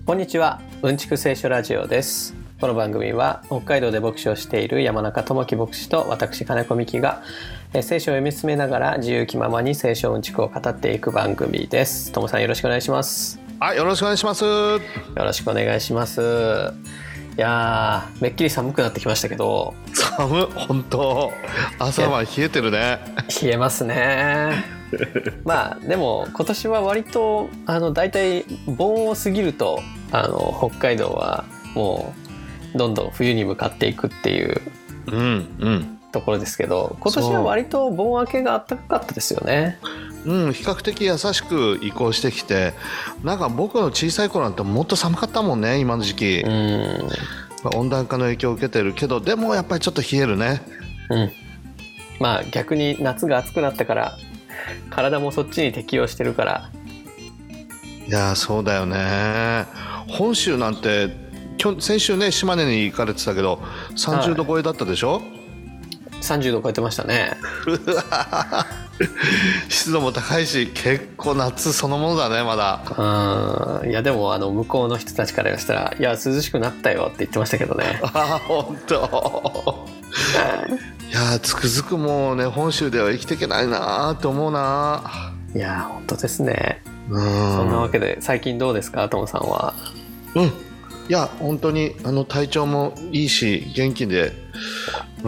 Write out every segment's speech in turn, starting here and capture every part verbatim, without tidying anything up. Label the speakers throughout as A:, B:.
A: こんにちは、うんちく聖書ラジオです。この番組は北海道で牧師をしている山中智樹牧師と私金子美希が聖書を読み進めながら自由気ままに聖書うんちくを語っていく番組です。ともさんよろしくお願いします。
B: はい、よろしくお願いします。
A: よろしくお願いします。いやーめっきり寒くなってきましたけど、
B: 寒、本当朝晩冷えてるね。
A: 冷えますね。まあでも今年は割とあのだいたい盆を過ぎるとあの北海道はもうどんどん冬に向かっていくっていう
B: うんうん
A: ところですけど、今年は割と盆明けが暖かかったですよね。
B: うん、比較的優しく移行してきて、なんか僕の小さい頃なんてもっと寒かったもんね、今の時期。うん、温暖化の影響を受けてるけど、でもやっぱりちょっと冷えるね。
A: うん、まあ逆に夏が暑くなったから体もそっちに適応してるから。
B: いやそうだよね。本州なんて今日先週ね島根に行かれてたけどさんじゅうど超えだったでしょ、はい、
A: さんじゅうど超えてましたね。
B: 湿度も高いし結構夏そのものだねまだ。
A: うん、いやでもあの向こうの人たちからしたらいや涼しくなったよって言ってましたけどね。
B: あ本当。いやつくづくもうね本州では生きていけないなと思うな。
A: いや本当ですね。
B: うん、
A: そんなわけで最近どうですかトモさんは。
B: うん、いや本当にあの体調もいいし元気で、うん、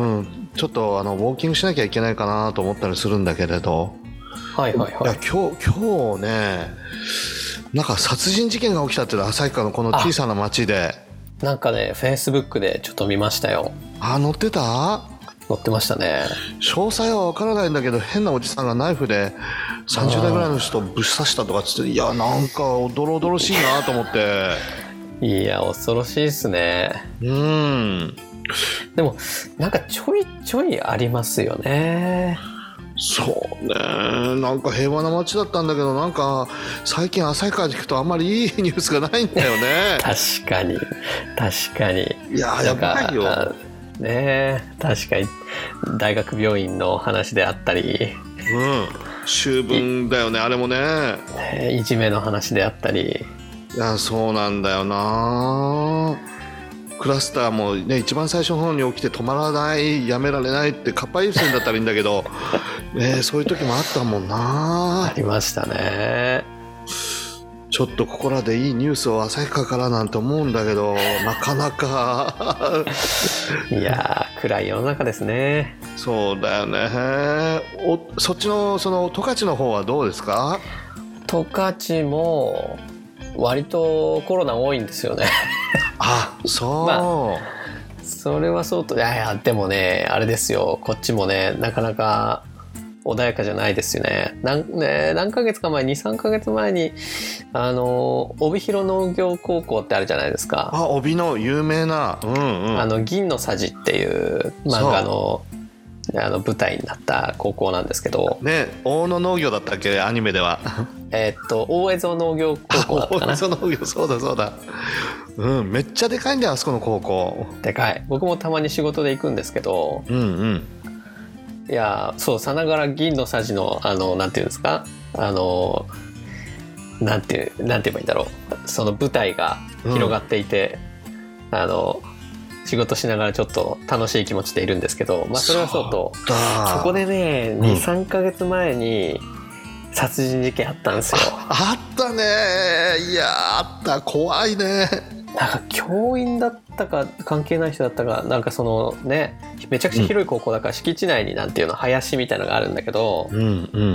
B: ちょっとあのウォーキングしなきゃいけないかなと思ったりするんだけれど、
A: はいはいはい、
B: いや今日今日ねなんか殺人事件が起きたっていうの旭川のこの小さな町で。
A: なんかねフェイスブックでちょっと見ましたよ。
B: あ載ってた
A: 載ってましたね。
B: 詳細は分からないんだけど変なおじさんがナイフでさんじゅう代ぐらいの人をぶっ刺したとかつって、いやなんかおどろおどろしいなと思って。
A: いや恐ろしいですね。
B: うん
A: でもなんかちょいちょいありますよね。
B: そうね、なんか平和な街だったんだけどなんか最近旭川に行くとあんまりいいニュースがないんだよね。
A: 確かに確かに。
B: いややばいよ
A: ね。確かに大学病院の話であったり、
B: うん、秋分だよねあれもね。
A: いじめの話であったり。
B: いやそうなんだよな。クラスターもね一番最初の方に起きて止まらないやめられないってかっぱ優先だったらいいんだけど、ね、そういう時もあったもんな。
A: ありましたね。
B: ちょっとここらでいいニュースを旭川からなんて思うんだけどなかなか。
A: いや暗い世の中ですね。
B: そうだよね。おそっちのその十勝の方はどうですか。
A: 十勝も割とコロナ多いんですよね。
B: あそう、
A: まあ、それはそうと。いやいやでもねあれですよ、こっちもねなかなか穏やかじゃないですよね。なんね何ヶ月か前 にさんかげつまえにあの帯広農業高校ってあるじゃないですか。
B: あ帯の有名な、うんうん、
A: あの銀のさじっていう漫画のあの舞台になった高校なんですけど
B: ね。大野農業だったっけアニメでは。
A: えっと大江戸農業高校だったかな。
B: 大江戸農業そうだそうだ、うん、めっちゃでかいんだよあそこの高校。
A: でかい。僕もたまに仕事で行くんですけど、
B: うんうん
A: いやそうさながら銀のさじのあのなんていうんですかあのなんてなんて言えばいいんだろう、その舞台が広がっていて、うん、あの仕事しながらちょっと楽しい気持ちでいるんですけど、まあそれはそうと そ, そこでね にさんかげつまえに殺人事件あったんですよ。
B: あ, あったね。いやあった怖いね。
A: なんか教員だったか関係ない人だったかなんかそのねめちゃくちゃ広い高校だから敷地内になんていうの林みたいなのがあるんだけど、
B: うんうん、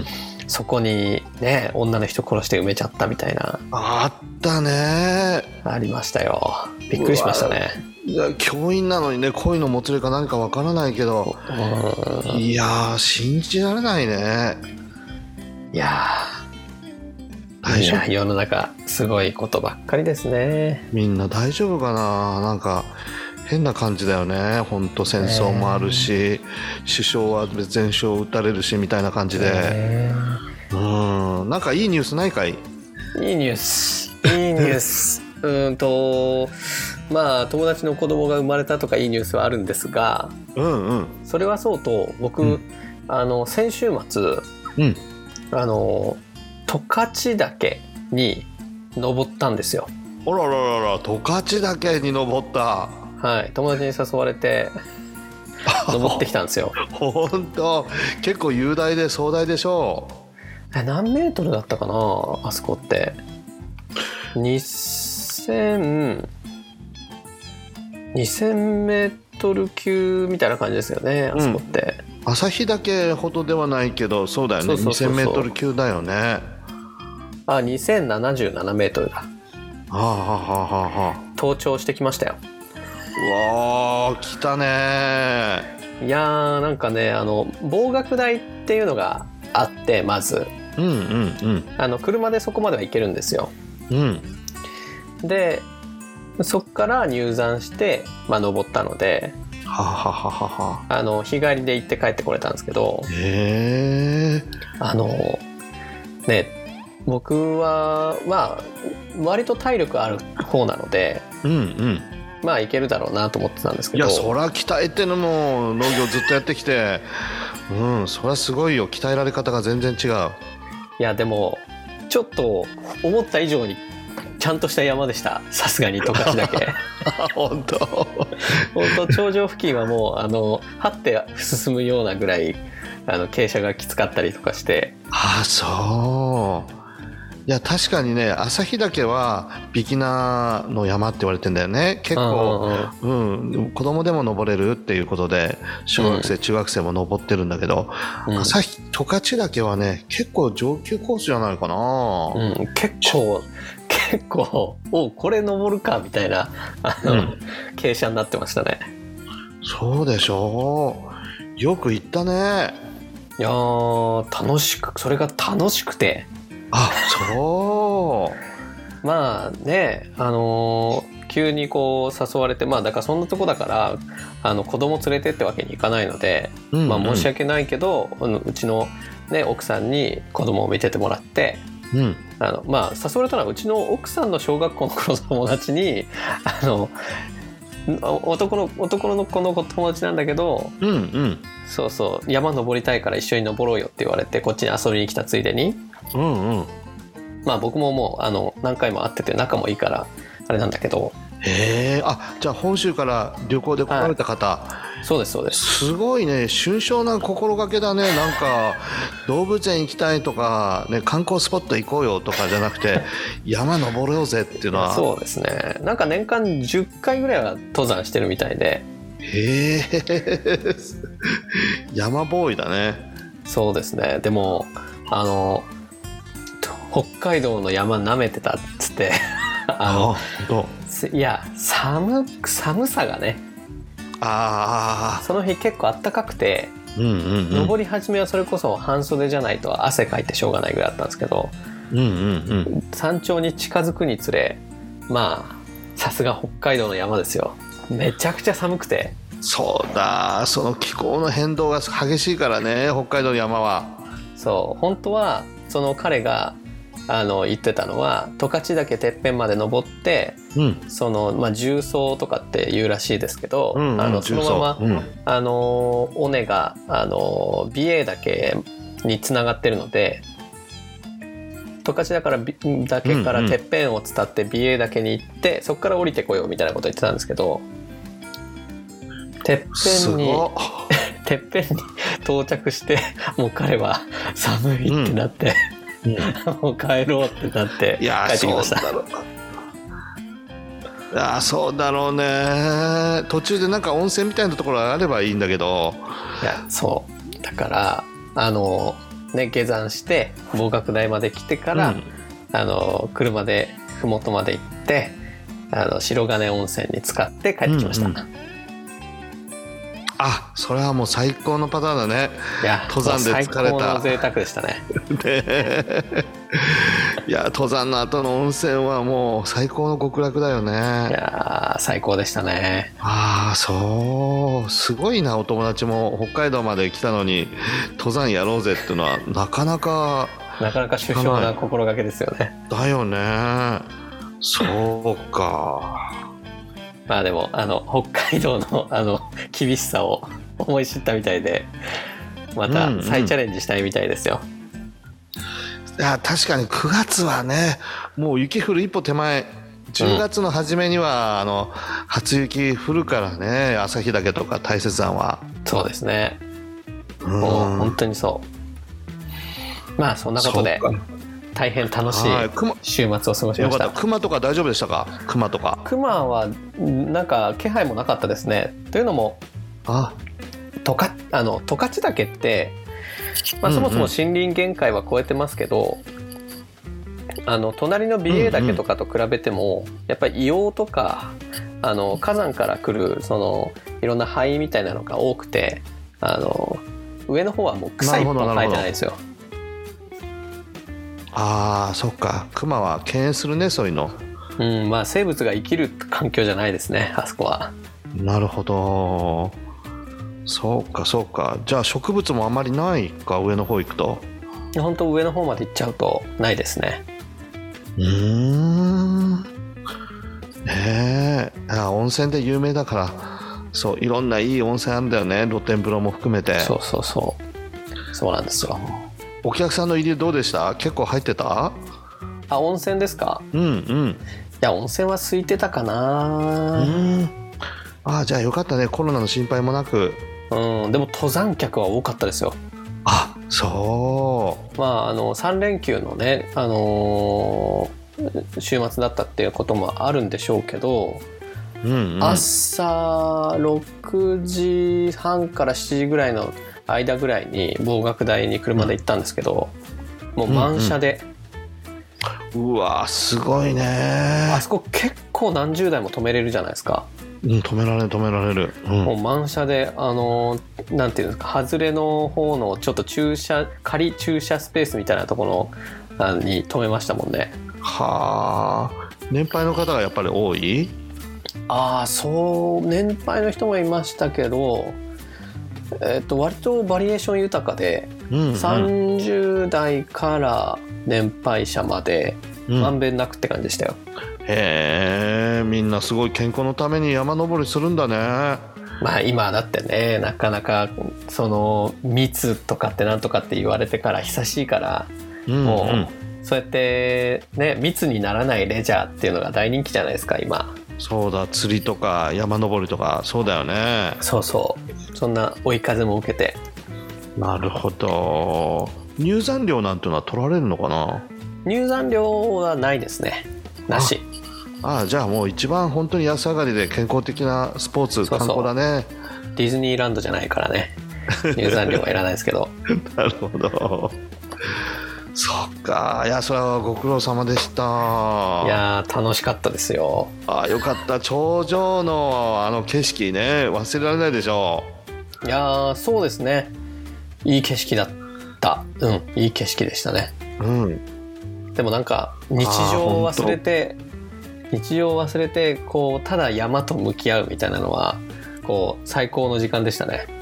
A: そこにね女の人殺して埋めちゃったみたいな。
B: あったね。
A: ありましたよ。びっくりしましたね。
B: いや教員なのにね恋のもつれか何かわからないけど、いや信じられないね。
A: いやいや世の中すごいことばっかりですね。
B: みんな大丈夫かな。なんか変な感じだよね。本当戦争もあるし、えー、首相は全勝撃たれるしみたいな感じで、えー、うんなんかいいニュースないかい。
A: いいニュースいいニュースうんとまあ友達の子供が生まれたとかいいニュースはあるんですが、
B: うんうん、
A: それはそうと僕、うん、あの先週末、
B: うん、
A: あの十勝岳に登ったんですよ。
B: あらららら、十勝岳に登った。
A: はい、友達に誘われて登ってきたんですよ。
B: 本当、結構雄大で壮大でしょ
A: う。え、何メートルだったかな、あそこって。にせん、にせんメートル級みたいな感じですよね、あそこって。
B: うん、旭岳ほどではないけど、そうだよね。にせんメートル級だよね。
A: あ、にせんななじゅうななメートルだ。は
B: あ、はあはあはあ、
A: 登頂してきましたよ。
B: うわー、来たね。
A: いやー、なんかね、あの望岳台っていうのがあって、まず、
B: うんうんうん、
A: あの車でそこまでは行けるんですよ。
B: うん、
A: でそっから入山して、まあ、登ったので、
B: ははははは、
A: あの日帰りで行って帰ってこれたんですけど、
B: へー、
A: あのね、僕はまあ割と体力ある方なので、
B: うんうん、
A: まあいけるだろうなと思ってたんですけど。
B: いや、そりゃ鍛えてるの、農業ずっとやってきてうん、そりゃすごいよ。鍛えられ方が全然違う。
A: いや、でもちょっと思った以上にちゃんとした山でした、さすがに十勝岳。
B: 本当
A: 本当、頂上付近はもうあのはって進むようなぐらいあの傾斜がきつかったりとかして。
B: あ、そう。いや、確かにね、旭岳はビギナーの山って言われてんだよね。結構、うんうんうん、子供でも登れるっていうことで小学生、うん、中学生も登ってるんだけど、うん、旭十勝岳はね、結構上級コースじゃないかな。
A: うん、結構結構おこれ登るかみたいなあの、うん、傾斜になってましたね。
B: そうでしょう。よく行ったね。
A: いやー、楽しく、それが楽しくて。
B: あ、そう。
A: まあね、あのー、急にこう誘われて、まあだからそんなとこだからあの子供連れてってわけにいかないので、うんうん、まあ申し訳ないけど、うちの、ね、奥さんに子供を見ててもらって、うん、あのまあ誘われたのはうちの奥さんの小学校の頃の友達に、あの男の男の子の友達なんだけど、
B: うんうん、
A: そうそう、山登りたいから一緒に登ろうよって言われて、こっちに遊びに来たついでに、
B: うんうん、
A: まあ僕ももうあの何回も会ってて仲もいいからあれなんだけど。
B: へえ、あ、じゃあ本州から旅行で来られた方、はい、
A: そうですそうです。
B: すごいね、俊彰な心がけだね。なんか動物園行きたいとか、ね、観光スポット行こうよとかじゃなくて山登ろうぜっていうのは。
A: そうですね、なんか年間じゅっかいぐらいは登山してるみたいで。
B: へえ山ボーイだね。
A: そうですね。でもあの北海道の山舐めてたっつってあの
B: あ、
A: いや 寒, 寒さがね、
B: あ、
A: その日結構暖かくて、
B: うんうんうん、
A: 登り始めはそれこそ半袖じゃないと汗かいてしょうがないぐらいだったんですけど、
B: うんうんうん、
A: 山頂に近づくにつれ、まあさすが北海道の山ですよ。めちゃくちゃ寒くて。
B: そうだ、その気候の変動が激しいからね、北海道の山は。
A: そう、本当はその彼があの言ってたのは、十勝岳てっぺんまで登って、うん、そのまあ縦走とかって言うらしいですけど、うんうん、あのそのまま、うん、あの尾根があの美瑛岳につながってるので、十勝だから岳からてっぺんを伝って美瑛岳に行って、うんうん、そこから降りてこようみたいなこと言ってたんですけど、てっぺんにてっぺんに到着してもう彼は寒いってなって、うん、もう帰ろうってなって帰ってきました。
B: そうだろう、いやそうだろうね。途中でなんか温泉みたいなところがあればいいんだけど。
A: いや、そうだからあのね、下山して望岳台まで来てから、うん、あの車で麓まで行って、あの白金温泉に浸かって帰ってきました、うんうん、
B: あ、それはもう最高のパターンだね。
A: いや、
B: 登山で疲れた。
A: 最高の贅沢でしたね。
B: でいや、登山の後の温泉はもう最高の極楽だよね。い
A: や、最高でしたね。
B: ああ、そう、すごいな。お友達も北海道まで来たのに登山やろうぜっていうのはなかなか
A: なかなか殊勝な心がけですよね。
B: だよね。そうか。
A: まあでもあの北海道のあの厳しさを思い知ったみたいで、また再チャレンジしたいみたいですよ。うんうん、
B: いや確かにくがつはね、もう雪降る一歩手前じゅうがつの初めには、うん、あの初雪降るからね、旭岳とか大雪山は。
A: そうですね、もう本当にそう。まあそんなことで大変楽しい週末を過ごしました。よかった。
B: 熊とか大丈夫でしたか？熊とか。
A: 熊はなんか気配もなかったですね。というのも
B: あ
A: 十勝あの十勝岳って、まあ、そもそも森林限界は超えてますけど、うんうん、あの隣の美瑛岳とかと比べても、うんうん、やっぱり硫黄とかあの火山から来るそのいろんな灰みたいなのが多くて、あの上の方はもう草一本生えてないんですよ。
B: ああ、そっか。熊は敬遠するね、そういうの。
A: うん、まあ生物が生きる環境じゃないですね、あそこは。
B: なるほど。そうかそうか。じゃあ植物もあまりないか、上の方行くと。
A: 本当上の方まで行っちゃうとないですね。
B: うーん。ねえ。あ、温泉で有名だから、そう、いろんないい温泉あるんだよね、露天風呂も含めて。
A: そうそうそうそうなんですよ。
B: お客さんの入りどうでした？結構入ってた？
A: あ、温泉ですか？
B: うんうん。い
A: や、温泉は空いてたかな。
B: うん。あ、じゃあよかったね、コロナの心配もなく。
A: うん、でも登山客は多かったですよ。
B: あ、そう。
A: まああのさん連休のね、あのー、週末だったっていうこともあるんでしょうけど、うんうん、朝ろくじはんからしちじぐらいの間ぐらいに望岳台に車で行ったんですけど、うん、もう満車で、
B: うんうん、うわすごいね。
A: あそこ結構何十台も止めれるじゃないですか。
B: うん、止められる止められる、うん、
A: もう満車で、あのなんていうんですか、外れの方のちょっと駐車仮駐車スペースみたいなところに止めましたもんね。
B: はあ、年配の方がやっぱり多い？
A: ああ、そう年配の人もいましたけど、えー、と割とバリエーション豊かで、うんうん、さんじゅう代から年配者までまんべんなくって感じでしたよ。
B: うん、へえ、みんなすごい健康のために山登りするんだね。
A: まあ今だってね、なかなかその密とかってなんとかって言われてから久しいから、うんうん、もうそうやってね密にならないレジャーっていうのが大人気じゃないですか今。
B: そうだ、釣りとか山登りとかそうだよね。
A: そうそう、そんな追い風も受けて。
B: なるほど。入山料なんてのは取られるのかな？
A: 入山料はないですね。なし。
B: ああ、じゃあもう一番本当に安上がりで健康的なスポーツ、そうそう観光だね。
A: ディズニーランドじゃないからね、入山料はいらないですけど。
B: なるほど。そっか。いや、それはご苦労様でした。
A: いや楽しかったですよ。
B: あ、よかった。頂上のあの景色ね、忘れられないでしょ
A: う。いやそうですね、いい景色だった。うん、いい景色でしたね。うん。でもなんか日常を忘れて日常を忘れてこうただ山と向き合うみたいなのはこう最高の時間でしたね。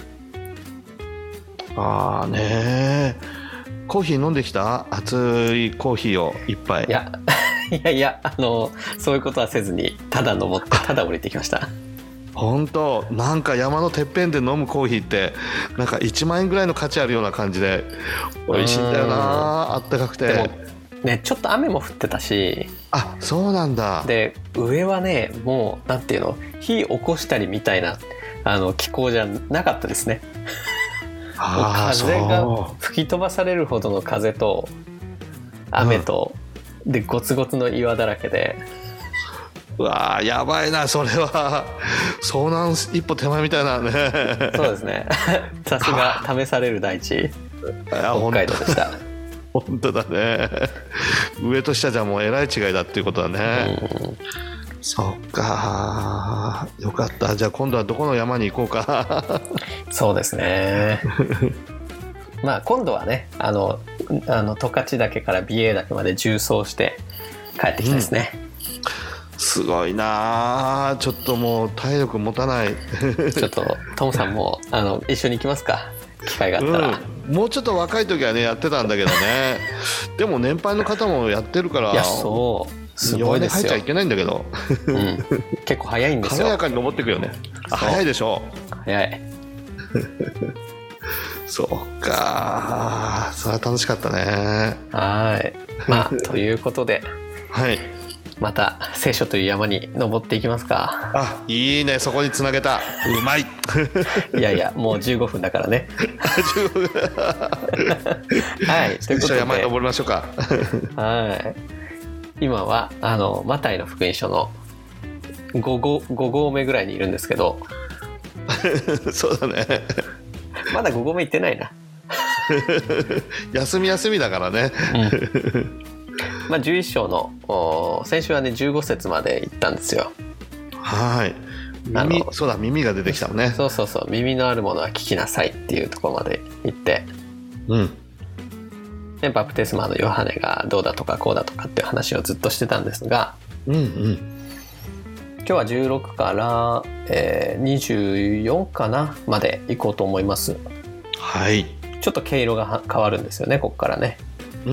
B: ああねー、コーヒー飲んできた？熱いコーヒーを一杯。
A: いやいやいや、あのそういうことはせずにただ登ってただ降りてきました。
B: 本当、なんか山のてっぺんで飲むコーヒーってなんかいちまんえんぐらいの価値あるような感じで美味しいんだよな、あったかくて。
A: でもね、ちょっと雨も降ってたし。
B: あ、そうなんだ。で
A: 上はね、もうなんていうの、火起こしたりみたいなあの気候じゃなかったですね。風が吹き飛ばされるほどの風と雨と、うん、でゴツゴツの岩だらけで、
B: うわー、やばいなそれは。遭難一歩手前みたいなね。
A: そうですね。さすが試される大地北海道でした。
B: 本当だね。上と下じゃもうえらい違いだっていうことだね。うん、そっか、よかった。じゃあ今度はどこの山に行こうか。
A: そうですね。まあ今度はね、あのあの十勝岳から美瑛岳まで縦走して帰ってきたですね。
B: うん、すごいな。ちょっともう体力持たない。
A: ちょっとトムさんもあの一緒に行きますか、機会があったら。
B: うん、もうちょっと若い時はねやってたんだけどね。でも年配の方もやってるから。
A: いや、そうすごいですよ。
B: 入っちゃいけないんだけど、
A: うん、結構早いんですよ。
B: 軽やかに登っていくよね。あ、早いでしょ。
A: 早い。
B: そうか、それは楽しかったね。
A: はい。まあということで、
B: はい、
A: また聖書という山に登っていきますか。
B: あ、いいね、そこにつなげた。うまい。
A: いやいや、もうじゅうごふんだからね。はい、ということで
B: 一緒山に登りましょうか。
A: はい、今はあのマタイの福音書のご号、ご号目ぐらいにいるんですけど。
B: そうだね。
A: まだご合目行ってないな。
B: 休み休みだからね。
A: うん、まあじゅういっ章の先週はねじゅうご節まで行ったんですよ。
B: はい。耳、そうだ、耳が出てきたのね。
A: そうそうそう、耳のあるものは聞きなさいっていうところまで行って、
B: うん。
A: でバプテスマのヨハネがどうだとかこうだとかっていう話をずっとしてたんですが、
B: うんうん。
A: 今日はじゅうろくから、えー、にじゅうよんかなまで行こうと思います。
B: はい。
A: ちょっと毛色が変わるんですよね、ここからね。
B: うんうん、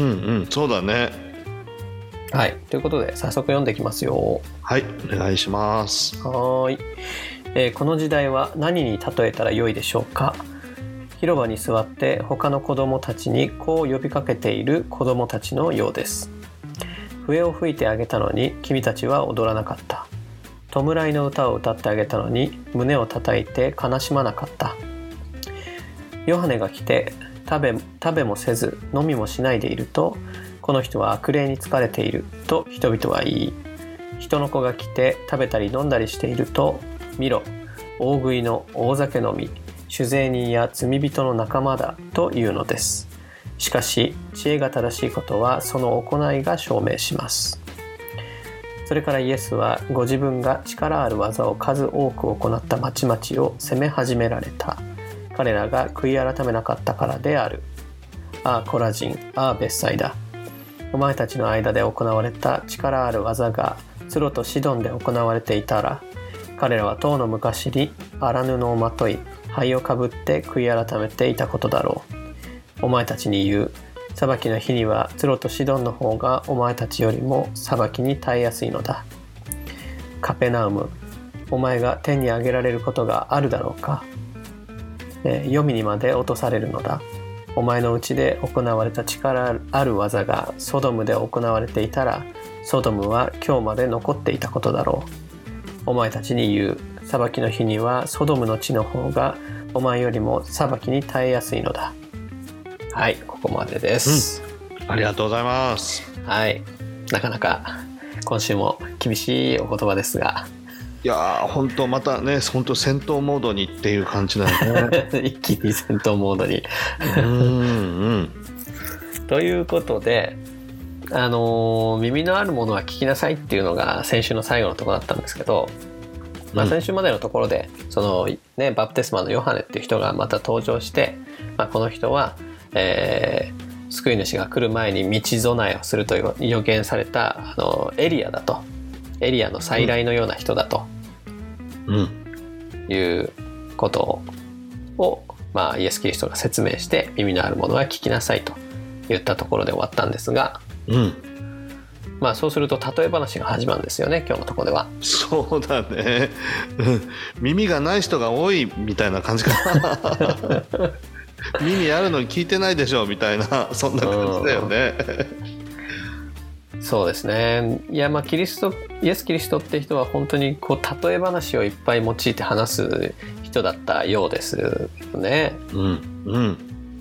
B: そうだね。
A: はい、ということで早速読んでいきますよ。
B: はい、お願いします。
A: はい、えー、この時代は何に例えたらよいでしょうか。広場に座って他の子供たちにこう呼びかけている子供たちのようです。笛を吹いてあげたのに君たちは踊らなかった。弔いの歌を歌ってあげたのに胸を叩いて悲しまなかった。ヨハネが来て食べ、食べもせず飲みもしないでいると、この人は悪霊に疲れていると人々は言い、人の子が来て食べたり飲んだりしていると、見ろ、大食いの大酒飲み、酒税人や罪人の仲間だというのです。しかし知恵が正しいことはその行いが証明します。それからイエスはご自分が力ある技を数多く行った町々を責め始められた。彼らが悔い改めなかったからである。ああコラジン、ああベッサイダ。お前たちの間で行われた力ある技がツロとシドンで行われていたら、彼らはとうの昔に荒布をまとい灰をかぶって悔い改めていたことだろう。お前たちに言う。裁きの日にはツロとシドンの方がお前たちよりも裁きに耐えやすいのだ。カペナウム、お前が天に上げられることがあるだろうか。えー、黄泉にまで落とされるのだ。お前のうちで行われた力ある技がソドムで行われていたら、ソドムは今日まで残っていたことだろう。お前たちに言う。裁きの日にはソドムの地の方がお前よりも裁きに耐えやすいのだ。はい、ここまでです、
B: うん、ありがとうございます。
A: はい、なかなか今週も厳しいお言葉ですが、
B: いやー本当またね、本当戦闘モードにっていう感じなんでね。
A: 一気に戦闘モードに
B: うん、うん、
A: ということで、あのー、耳のあるものは聞きなさいっていうのが先週の最後のところだったんですけど、まあ、先週までのところで、うん、そのねバプテスマのヨハネっていう人がまた登場して、まあ、この人はえー、救い主が来る前に道備えをすると予言されたあのエリアだと、エリアの再来のような人だと、うん、いうことを、まあ、イエス・キリストが説明して、耳のあるものは聞きなさいと言ったところで終わったんですが、うん、まあそうすると例え話が始まるんですよね、今日のところでは。
B: そうだね、耳がない人が多いみたいな感じかな。耳あるのに聞いてないでしょみたいな、そんな感じだよね。
A: うん、そうですね。いや、まあキリストイエス・キリストって人は本当にこう例え話をいっぱい用いて話す人だったようですよね。うんうん。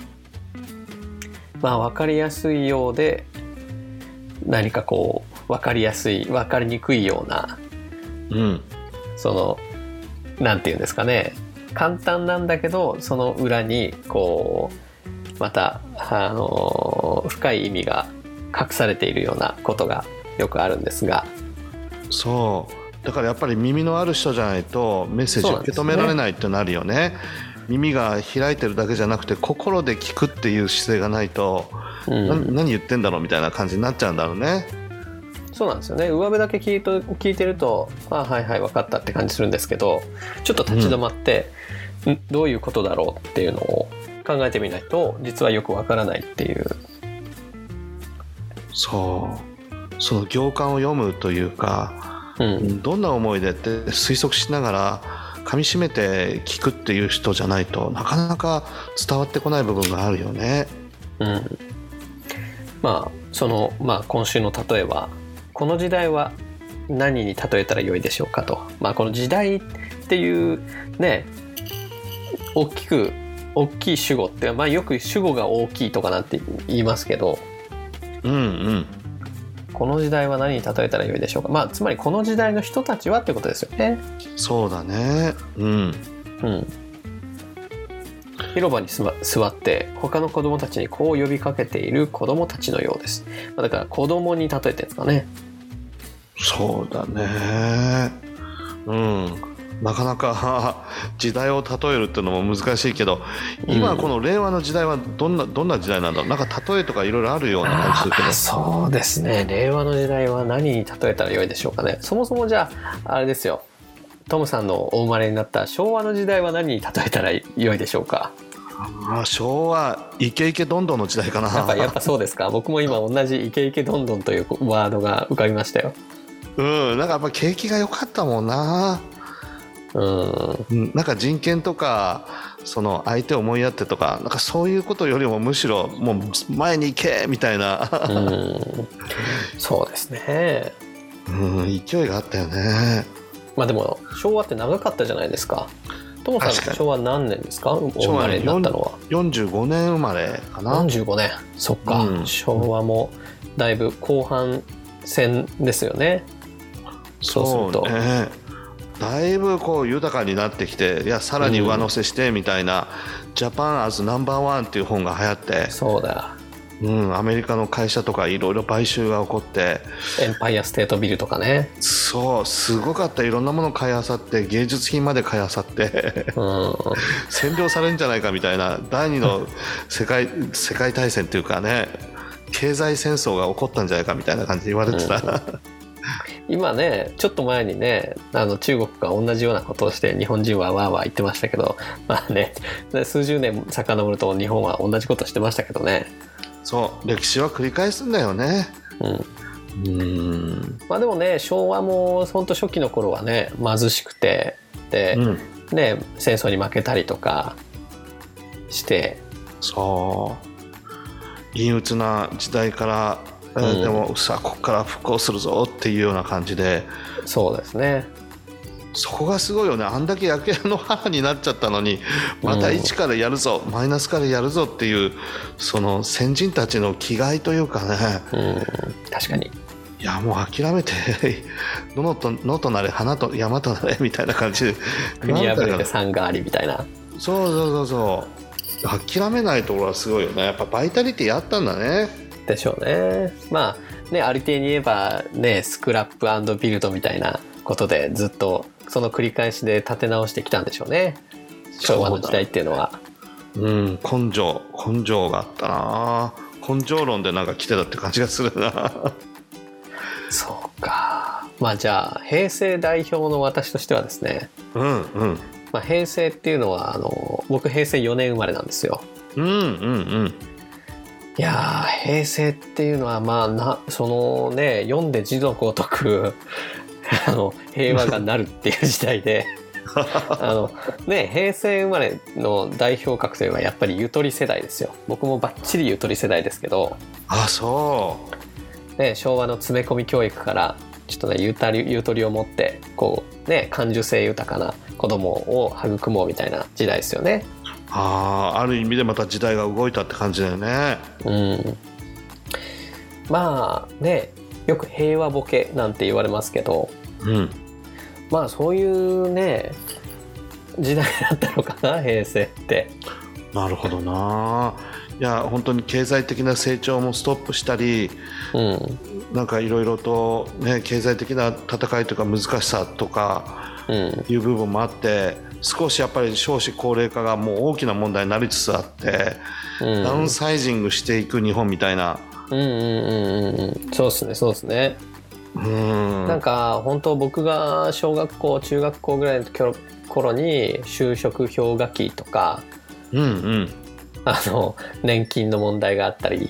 A: まあ分かりやすいようで、何かこう分かりやすい分かりにくいような、うん、そのなんていうんですかね、簡単なんだけどその裏にこうまたあの深い意味が隠されているようなことがよくあるんですが、
B: そうだからやっぱり耳のある人じゃないとメッセージ受け止められないってなるよね。耳が開いてるだけじゃなくて心で聞くっていう姿勢がないと、うん、何言ってんだろうみたいな感じになっちゃうんだろうね。
A: そうなんですよね。上辺だけ聞いと聞いてると、あ、はいはい分かったって感じするんですけど、ちょっと立ち止まって、うん、んどういうことだろうっていうのを考えてみないと実はよく分からないっていう。
B: そうその行間を読むというか、うん、どんな思いでって推測しながら噛み締めて聞くっていう人じゃないとなかなか伝わってこない部分があるよね。
A: うん、まあその、まあ、今週の例えはこの時代は何に例えたらよいでしょうかと。まあこの時代っていうね、大きく大きい主語って、まあよく主語が大きいとかなんて言いますけど、
B: うんうん、
A: この時代は何に例えたらよいでしょうか。まあつまりこの時代の人たちはってことですよね。
B: そうだね。うん
A: うん。広場に座って他の子供たちにこう呼びかけている子供たちのようです。だから子供に例えてるんですかね。
B: そうだね。うん。なかなか時代を例えるっていうのも難しいけど、今この令和の時代はどんなどんな時代なんだろう。なんか例えとかいろいろあるような感じするけど。
A: そうですね。令和の時代は何に例えたらよいでしょうかね。そもそもじゃああれですよ。トムさんのお生まれになった昭和の時代は何に例えたらよいでしょうか。
B: あ、昭和イケイケどんどんの時代かな。
A: やっぱやっぱそうですか。僕も今同じイケイケどんどんというワードが浮かびましたよ。
B: うん、なんかやっぱ景気が良かったもんな。うん、なんか人権とかその相手を思いやってとか、なんかそういうことよりもむしろもう前に行けみたいな。うん、
A: そうですね。
B: うん、勢いがあったよね。
A: まあでも昭和って長かったじゃないですか。トモさん昭和何年ですか？お生まれになったのは。
B: よんじゅうごねん生まれかな。
A: よんじゅうごねん。そっか、うん、昭和もだいぶ後半戦ですよね。そうすると、
B: ね、だいぶこう豊かになってきて、いやさらに上乗せしてみたいな、うん、ジャパンアズナンバーワンっていう本が流行って。
A: そうだ。
B: うん、アメリカの会社とかいろいろ買収が起こって、
A: エンパイアステートビルとかね。
B: そうすごかった。いろんなもの買いあさって、芸術品まで買いあさって、うん、占領されるんじゃないかみたいな第二の世界世界大戦っていうかね、経済戦争が起こったんじゃないかみたいな感じで言われてた、うん、
A: 今ねちょっと前にねあの中国が同じようなことをして日本人はわーわー言ってましたけど、まあね数十年遡ると日本は同じことしてましたけどね。そう
B: 歴史は繰り返すんだよね。
A: うん、うんまあでもね昭和も本当初期の頃はね貧しくてで、うん、ね戦争に負けたりとかして、
B: そう陰鬱な時代から、うん、でもさあここから復興するぞっていうような感じで。
A: そうですね。
B: そこがすごいよね。あんだけ焼け野原になっちゃったのにまた一からやるぞ、うん、マイナスからやるぞっていうその先人たちの気概というかね、
A: うん、確かに。
B: いやもう諦めて野と野となれ花と山となれみたいな感じで
A: 国破れて山がありみたいな。
B: そうそうそうそう諦めないところはすごいよね。やっぱバイタリティあったんだね。
A: でしょうね。まあねありていに言えばねスクラップ&ビルドみたいなことでずっとその繰り返しで立て直してきたんでしょうね。昭和の時代っていうのは。
B: う、うん、根性根性があったな。根性論でなんか来てたって感じがするな。
A: そうか。まあじゃあ平成代表の私としてはですね、
B: うんうん
A: まあ、平成っていうのはあの僕平成よねん生まれなんですよ。
B: うんうんうん
A: いや平成っていうのはまあなそのね読んで字のごとくあの平和がなるっていう時代であの、ね、平成生まれの代表格というのはやっぱりゆとり世代ですよ。僕もバッチリゆとり世代ですけど。
B: あそう、
A: ね、昭和の詰め込み教育からちょっとねゆたりゆとりを持ってこう、ね、感受性豊かな子供を育もうみたいな時代ですよね。
B: ああ、ある意味でまた時代が動いたって感じだよね。
A: うん、まあねよく平和ボケなんて言われますけど、
B: うん、
A: まあそういうね時代だったのかな平成って。
B: なるほどな。いや本当に経済的な成長もストップしたり、うん、なんかいろいろと、ね、経済的な戦いとか難しさとかいう部分もあって、うん、少しやっぱり少子高齢化がもう大きな問題になりつつあって、うん、ダウンサイジングしていく日本みたいな。
A: うんうんうんうん、そうですねそうですね。うんなんか本当僕が小学校中学校ぐらいの頃に就職氷河期とか、
B: うんうん、
A: あの年金の問題があったり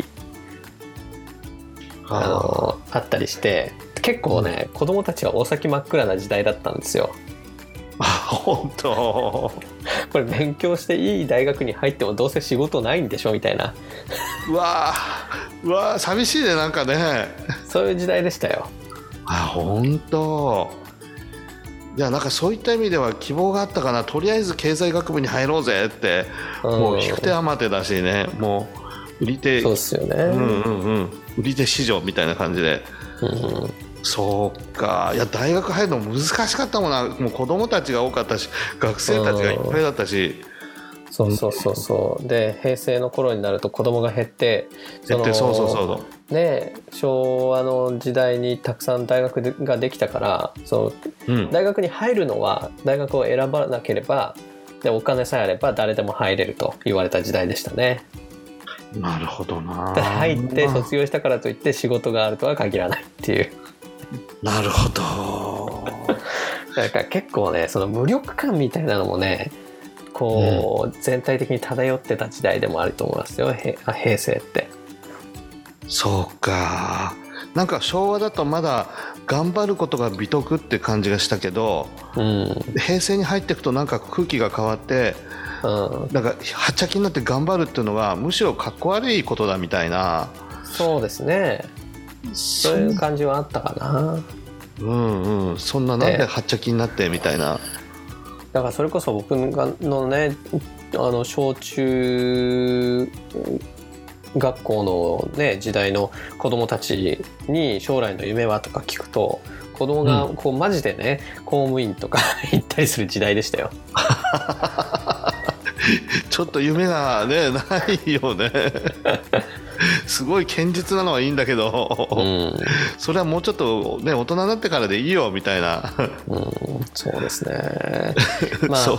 A: あ, あのあったりして結構ね、うん、子供たちは大先真っ暗な時代だったんですよ。
B: あ本当
A: これ勉強していい大学に入ってもどうせ仕事ないんでしょみたいな。
B: うわーうわー寂しいねなんかね。
A: そういう時代でしたよ。
B: あ、本当。いや、なんかそういった意味では希望があったかな。とりあえず経済学部に入ろうぜって、うん、もう引く手あまてだしね、もう売り手、
A: そうっすよね、
B: うんうんうん、売り手市場みたいな感じで、うん、そうか。いや、大学入るの難しかったもんな。もう子供たちが多かったし、学生たちがいっぱいだったし、
A: そうそうそうそうで、平成の頃になると子供が減って
B: 減ってそうそうそう
A: ね、昭和の時代にたくさん大学ができたから、そう、うん、大学に入るのは大学を選ばなければ、でお金さえあれば誰でも入れると言われた時代でしたね。
B: なるほどな。
A: 入って卒業したからといって仕事があるとは限らないっていう。
B: なるほど。
A: だから結構ね、その無力感みたいなのもね、こう、うん、全体的に漂ってた時代でもあると思いますよ、平成って。
B: そうか。なんか昭和だとまだ頑張ることが美徳って感じがしたけど、うん、平成に入っていくとなんか空気が変わって、うん、なんかはっちゃきになって頑張るっていうのはむしろかっこ悪いことだみたいな。
A: そうですね、そういう感じはあったかな。
B: うんうん、そんななんではっちゃきになってみたいな。
A: だからそれこそ僕のね、あの小中学校のね時代の子供たちに将来の夢はとか聞くと、子供がこうマジでね、うん、公務員とか行ったりする時代でしたよ。
B: ちょっと夢がねないよね。すごい堅実なのはいいんだけど、うん、それはもうちょっとね大人になってからでいいよみたいな。
A: うん、そうですね。まあ、
B: そうか。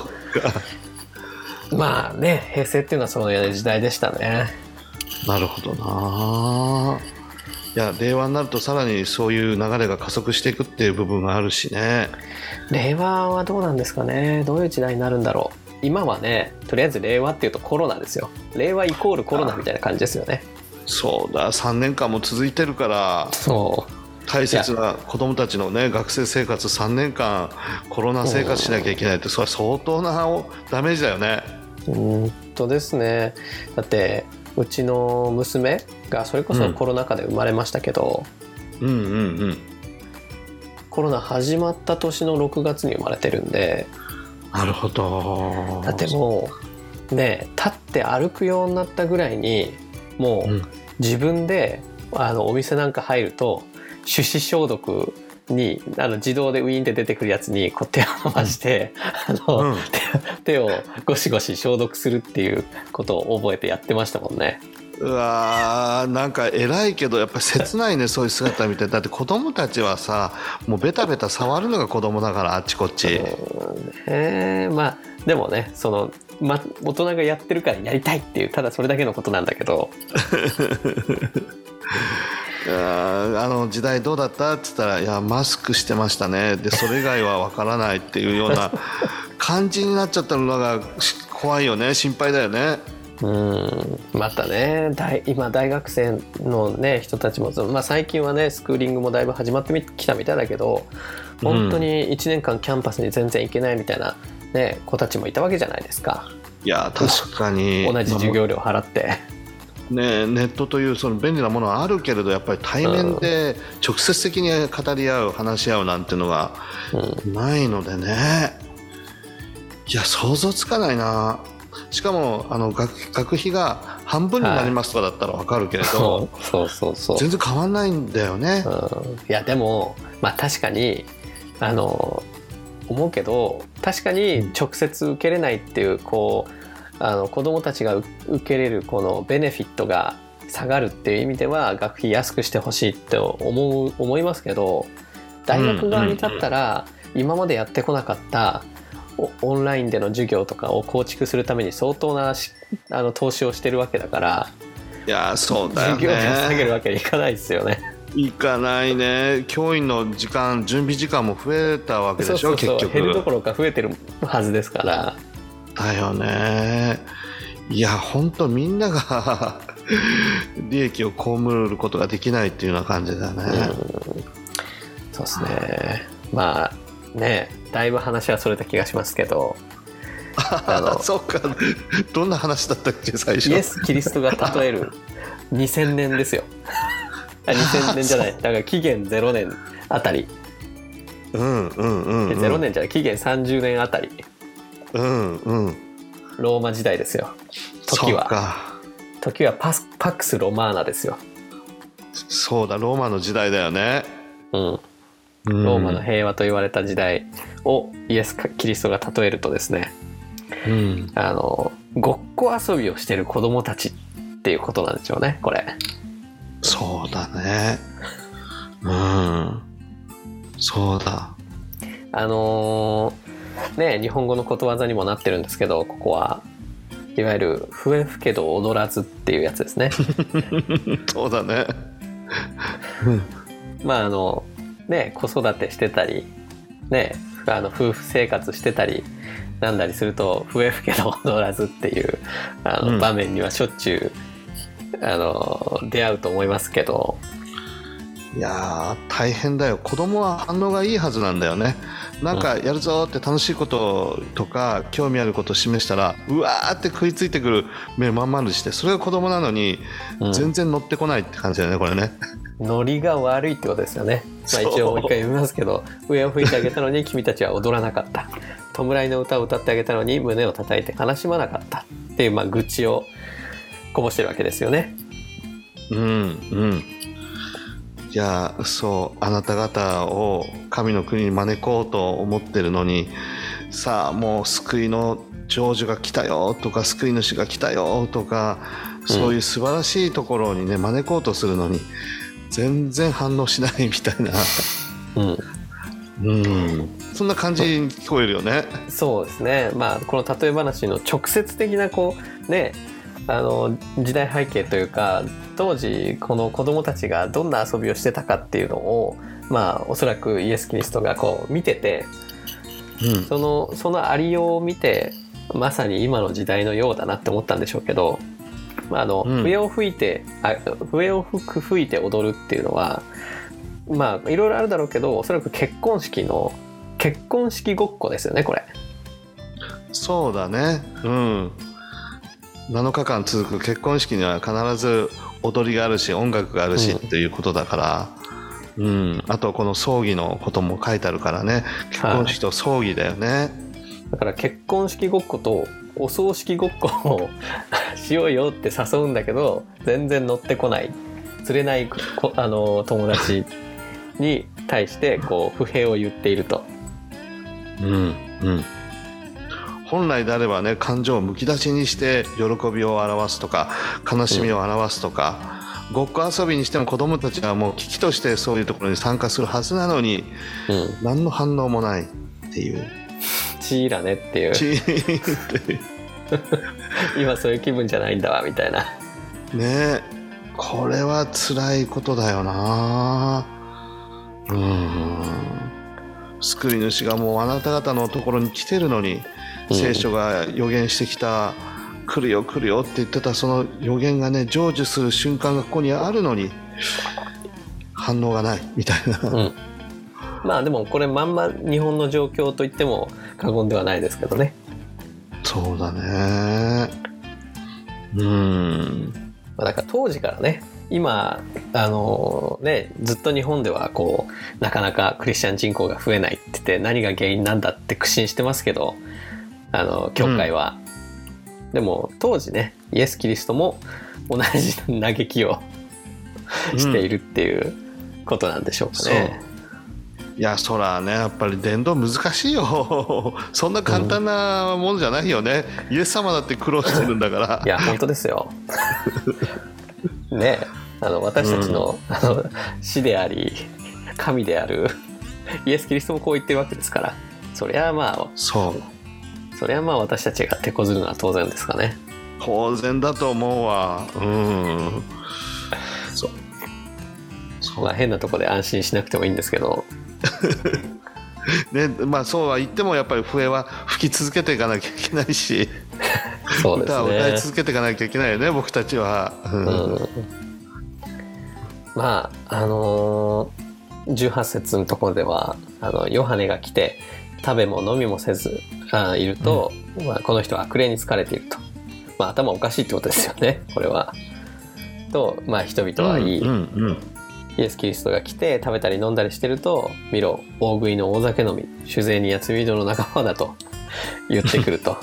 A: まあね、平成っていうのはそういう時代でしたね。
B: なるほどな。いや、令和になるとさらにそういう流れが加速していくっていう部分があるしね。
A: 令和はどうなんですかね。どういう時代になるんだろう。今はね、とりあえず令和っていうとコロナですよ。令和イコールコロナみたいな感じですよね。
B: そうだ、さんねんかんも続いてるから、そう大切な子どもたちのね学生生活さんねんかんコロナ生活しなきゃいけないって、それは相当なダメージだよね。
A: うんとですね。だってうちの娘がそれこそコロナ禍で生まれましたけど、うん、うんうんうんコロナ始まった年のろくがつに生まれてるんで。
B: なるほど。
A: だってもうね、立って歩くようになったぐらいにもう自分であのお店なんか入ると手指消毒にあの自動でウィーンって出てくるやつにこう手を伸ばして、うん、あの、うん、手, 手をゴシゴシ消毒するっていうことを覚えてやってましたもんね。
B: うわー、なんか偉いけどやっぱり切ないね。そういう姿見て。だって子供たちはさ、もうベタベタ触るのが子供だから、あっちこっち。
A: へー、まあでもね、その、ま、大人がやってるからやりたいっていう、ただそれだけのことなんだけど。
B: あの時代どうだったって言ったら、いやマスクしてましたね、でそれ以外は分からないっていうような感じになっちゃったのが怖いよね。心配だよね。
A: うん、またね、大今大学生の、ね、人たちも、まあ、最近はねスクーリングもだいぶ始まってきたみたいだけど、本当にいちねんかんキャンパスに全然行けないみたいな、ね、子たちもいたわけじゃないですか。
B: いや確かに
A: 同じ授業料払って、
B: ね、ネットというその便利なものはあるけれど、やっぱり対面で直接的に語り合う、話し合うなんていうのがないのでね、いや想像つかないな。しかもあの 学, 学費が半分になりますとかだったら分かるけれど、はい、そうそうそう全然変わんないんだよね。
A: うん、いやでも、まあ、確かにあの思うけど、確かに直接受けれないっていう、こうあの子どもたちが受けれるこのベネフィットが下がるっていう意味では学費安くしてほしいって思う思いますけど、大学側に立ったら今までやってこなかったオンラインでの授業とかを構築するために相当なあの投資をしてるわけだから、
B: いやそうだよね、
A: 授業料下げるわけにいかないですよね。
B: いかないね。教員の時間、準備時間も増えたわけでしょ。そうそうそう、結局
A: 減るどころか増えてるはずですから。
B: だよね。いや本当みんなが利益を被ることができないっていうような感じだね。うん、
A: そうですね。まあね、だいぶ話はそれた気がしますけど、
B: あのそうか、どんな話だったっけ最初。
A: イエス・キリストが例えるにせんねんですよ。 あにせんねんじゃないだから紀元ゼロねんあたり、
B: うんうんうん、うん、
A: ゼロねんじゃない紀元さんじゅうねんあたり、
B: うんうん、
A: ローマ時代ですよ。時は
B: そうか、
A: 時はパスパックスロマーナですよ。
B: そうだ、ローマの時代だよね。
A: うん、ローマの平和と言われた時代をイエス・キリストが例えるとですね、
B: うん、
A: あのごっこ遊びをしてる子供たちっていうことなんでしょうね、これ。
B: そうだね、うん、そうだ。
A: あのー、ね、日本語のことわざにもなってるんですけど、ここはいわゆる笛吹けど踊らずっていうやつですね。
B: そうだね。
A: まああのね、子育てしてたりね、あの夫婦生活してたりなんだりすると笛吹けど踊らずっていうあの、うん、場面にはしょっちゅうあの出会うと思いますけど、
B: いやー大変だよ。子供は反応がいいはずなんだよね。なんかやるぞって楽しいこととか興味あることを示したらうわーって食いついてくる目まん丸して、それが子供なのに全然乗ってこないって感じだよね、これね。
A: ノリが悪いってことですよね。まあ、一応もう一回読みますけど、笛を吹いてあげたのに君たちは踊らなかった、弔いの歌を歌ってあげたのに胸を叩いて悲しまなかったっていう、まあ愚痴をこぼしてるわけですよね。
B: うんうん。いやそうあなた方を神の国に招こうと思ってるのにさあもう救いの成就が来たよとか救い主が来たよとか、そういう素晴らしいところにね招こうとするのに全然反応しないみたいな、うん、うん、そんな感じに聞こえるよね。
A: そうですね。まあこの例え話の直接的なこうね、あの時代背景というか当時この子供たちがどんな遊びをしてたかっていうのを、まあおそらくイエス・キリストがこう見てて、うん、そのそのありようを見てまさに今の時代のようだなって思ったんでしょうけど、まああのうん、笛を吹いてあ笛を吹く吹いて踊るっていうのはまあいろいろあるだろうけど、おそらく結婚式の結婚式ごっこですよね、これ。そうだね。
B: うん。なのかかん続く結婚式には必ず踊りがあるし音楽があるしっていうことだから、うんうん、あとこの葬儀のことも書いてあるからね、結婚式と葬儀だよね、はい、
A: だから結婚式ごっことお葬式ごっこをしようよって誘うんだけど全然乗ってこない釣れないあの友達に対してこう不平を言っていると。
B: うんうん本来であればね感情をむき出しにして喜びを表すとか悲しみを表すとか、うん、ごっこ遊びにしても子どもたちはもう危機としてそういうところに参加するはずなのに、うん、何の反応もないっていう
A: チーラねっていうチーっていう今そういう気分じゃないんだわみたいな
B: ね。これは辛いことだよな。うん救い主がもうあなた方のところに来てるのに、うん、聖書が予言してきた来るよ来るよって言ってたその予言がね成就する瞬間がここにあるのに反応がないみたいな、うん、
A: まあでもこれまんま日本の状況と言っても過言ではないですけどね。
B: そうだね。うん
A: だから当時からね今あのねずっと日本ではこうなかなかクリスチャン人口が増えないって言って何が原因なんだって苦心してますけど、あの教会は、うん、でも当時ねイエス・キリストも同じ嘆きをしているっていうことなんでしょうかね、
B: うん、いやそらねやっぱり伝道難しいよそんな簡単なものじゃないよね、うん、イエス様だって苦労してるんだから
A: いや本当ですよね、あの私たち の,、うん、あの死であり神であるイエス・キリストもこう言ってるわけですから、そりゃまあ
B: そう
A: そりゃまあ私たちが手こずるのは当然ですかね。
B: 当然だと思うわ。うんそう
A: そう、まあ、変なとこで安心しなくてもいいんですけど
B: ね、まあそうは言ってもやっぱり笛は吹き続けていかなきゃいけないし
A: そうですね、
B: 歌を歌い続けていかなきゃいけないよね僕たちは、うんうん、
A: まああのー、じゅうはち節のところではあのヨハネが来て食べも飲みもせずあいると、うんまあ、この人は悪霊に疲れていると、まあ、頭おかしいってことですよねこれはと、まあ、人々は言い、うんうんうんイエス・キリストが来て食べたり飲んだりしてると、見ろ大食いの大酒飲み、酒税人や罪人の仲間だと言ってくると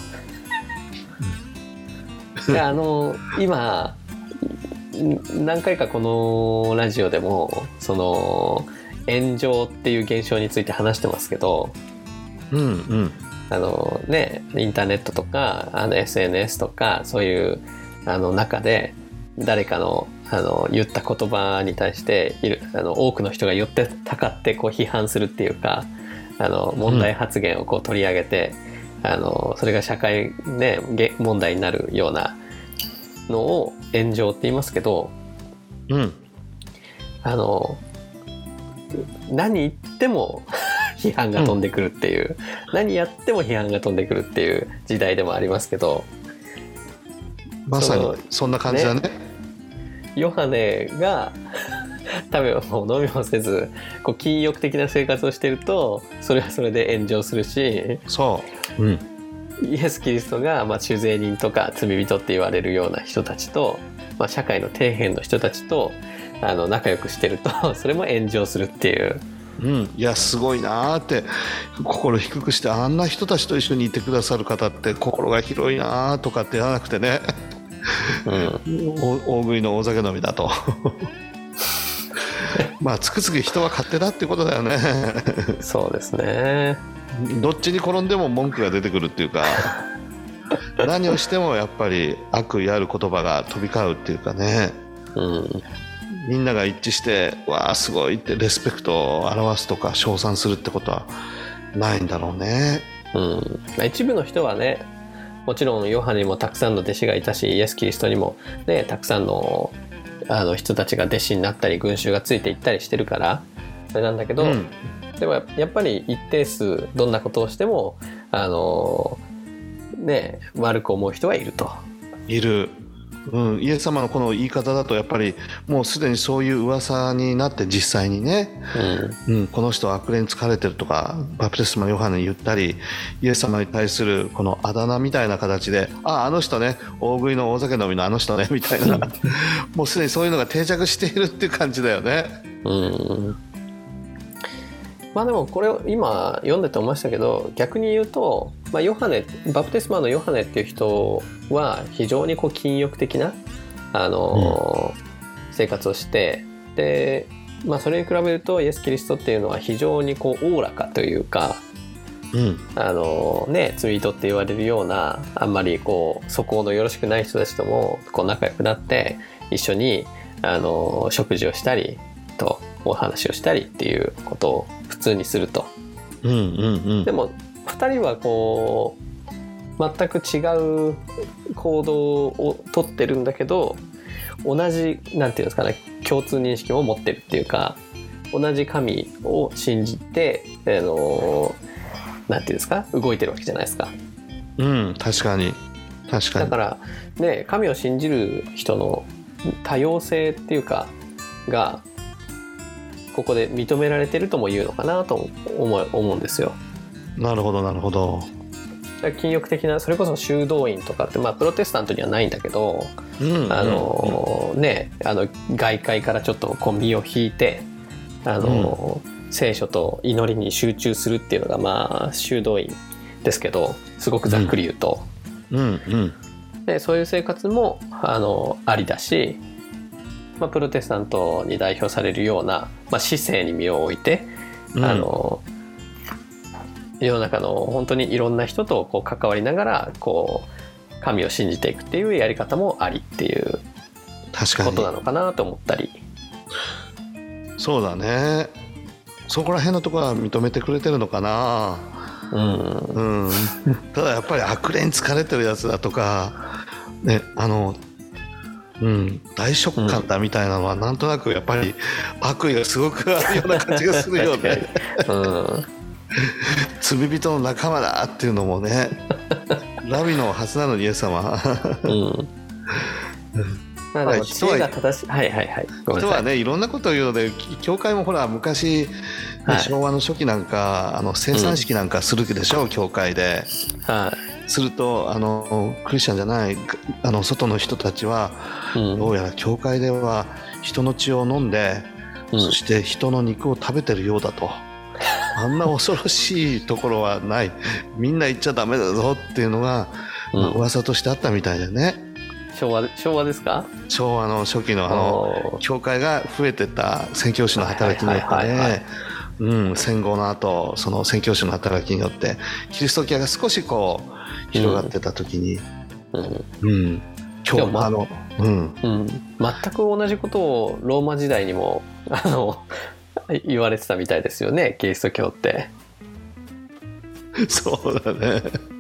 A: で、あの今何回かこのラジオでもその炎上っていう現象について話してますけど、
B: うんうん、
A: あのね、インターネットとかあの エスエヌエス とかそういうあの中で誰かのあの言った言葉に対しているあの多くの人が言ってたかってこう批判するっていうか、あの問題発言をこう取り上げて、うん、あのそれが社会ね問題になるようなのを炎上って言いますけど、
B: うん、あ
A: の何言っても批判が飛んでくるっていう、うん、何やっても批判が飛んでくるっていう時代でもありますけど、
B: まさにそんな感じだね。
A: ヨハネが食べも飲みもせずこう禁欲的な生活をしていると、それはそれで炎上するし、
B: そう、うん、
A: イエス・キリストが、まあ、酒税人とか罪人って言われるような人たちと、まあ、社会の底辺の人たちとあの仲良くしてるとそれも炎上するっていう、
B: うん、いやすごいなって心低くして、あんな人たちと一緒にいてくださる方って心が広いなとかって言わなくてね、うん、大食いの大酒飲みだとまあつくづく人は勝手だってことだよね
A: そうですね。
B: どっちに転んでも文句が出てくるっていうか何をしてもやっぱり悪意ある言葉が飛び交うっていうかね、うん、みんなが一致してわあすごいってレスペクトを表すとか称賛するってことはないんだろうね、
A: うん、一部の人はね、もちろんヨハネにもたくさんの弟子がいたし、イエス・キリストにも、ね、たくさんの、あの人たちが弟子になったり群衆がついていったりしてるからそれなんだけど、うん、でもやっぱり一定数どんなことをしてもあの、ね、悪く思う人はいると。
B: いる、うん、イエス様のこの言い方だとやっぱりもうすでにそういう噂になって実際にね、うんうん、この人は悪霊に疲れてるとかバプテスマヨハネに言ったり、イエス様に対するこのあだ名みたいな形で、ああの人ね大食いの大酒飲みのあの人ねみたいなもうすでにそういうのが定着しているっていう感じだよね。うん、
A: まあでもこれを今読んでて思いましたけど、逆に言うと、まあ、ヨハネバプテスマのヨハネっていう人は非常にこう禁欲的な、あのーうん、生活をして、で、まあ、それに比べるとイエス・キリストっていうのは非常にこうおおらかというか、うん、あのーね、罪人って言われるようなあんまりこう素行のよろしくない人たちともこう仲良くなって一緒に、あのー食事をしたりとお話をしたりっていうことを普通にすると、うんうんうん、でもふたりはこう全く違う行動をとってるんだけど、同じなんていうんですかね、共通認識を持ってるっていうか、同じ神を信じて、あのなんていうんですか、動いてるわけじゃないですか。
B: うん、確かに確かに。
A: だからね、神を信じる人の多様性っていうかがここで認められてるとも言うのかなと思う、思うんですよ。
B: なるほどなるほど。
A: 禁欲的な、それこそ修道院とかって、まあ、プロテスタントにはないんだけど、うん、あの、うん、ね、あの外界からちょっとこう身を引いて、あの、うん、聖書と祈りに集中するっていうのが、まあ、修道院ですけど、すごくざっくり言うと、うんうんうん、でそういう生活もあのありだし、まあ、プロテスタントに代表されるような、まあ、市政に身を置いて、うん、あの世の中の本当にいろんな人とこう関わりながらこう神を信じていくっていうやり方もありっていうことなのかなと思ったり。
B: そうだね、そこら辺のところは認めてくれてるのかな。うん、うん、ただやっぱり悪霊に疲れてるやつだとか、ね、あのうん、大食感だみたいなのはなんとなくやっぱり悪意がすごくあるような感じがするよね、うん、罪人の仲間だっていうのもねラビのはずなのにイエス様、うん、
A: まあでも知恵が正しい、はいはいはい、
B: 人はねいろんなことを言うので、教会もほら昔、ね、はい、昭和の初期なんかあの生産式なんかするでしょ、うん、教会で、はい、するとあのクリスチャンじゃないあの外の人たちは、うん、どうやら教会では人の血を飲んで
A: うん、
B: そして人の肉を食べてるようだと。あんな恐ろしいところはない、みんな言っちゃダメだぞっていうのが、うん、まあ、噂としてあったみたいでね。
A: 昭和、昭和ですか？
B: 昭和の初期のあの教会が増えてた宣教師の働きによってね、うん、戦後の後その宣教師の働きによってキリスト教が少しこう広がってた時に、うんうん、今日もあの、うんうん、
A: 全く同じことをローマ時代にもあの言われてたみたいですよね、キリスト教って。
B: そうだね。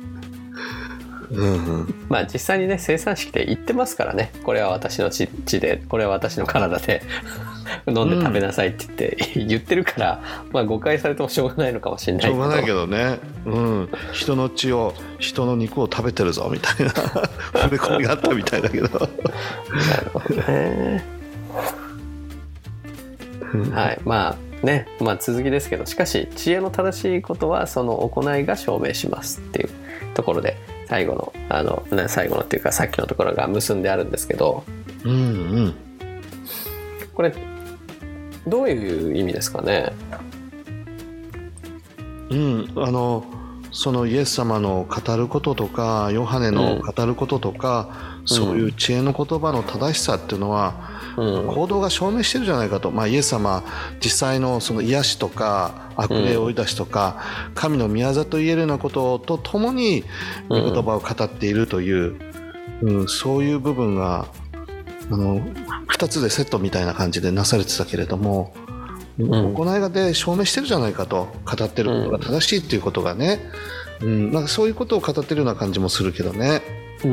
B: うんうん、
A: まあ実際にね生産式で言ってますからね、これは私の血でこれは私の体で飲んで食べなさいって言って、うん、言ってるから、まあ誤解されてもしょうがないのかもしれないけど、
B: しょうがないけどね、うん、人の血を人の肉を食べてるぞみたいな触れ込みがあったみたいだけどなる
A: ほどねはい、まあね、まあ続きですけど、しかし知恵の正しいことはその行いが証明しますっていうところで最後のあの最後のっていうかさっきのところが結んであるんですけど、
B: うんうん、
A: これどういう意味ですかね。
B: うん、あのそのイエス様の語ることとかヨハネの語ることとか、うん、そういう知恵の言葉の正しさっていうのは、うん、行動が証明してるじゃないかと、まあ、イエス様実際のその癒しとか悪霊を追い出しとか、うん、神の御業と言えるようなこととともに御言葉を語っているという、うんうん、そういう部分があのふたつでセットみたいな感じでなされてたけれども、うん、行いがで証明してるじゃないかと、語ってることが正しいっていうことがね、うん、なんかそういうことを語ってるような感じもするけどね、
A: うん、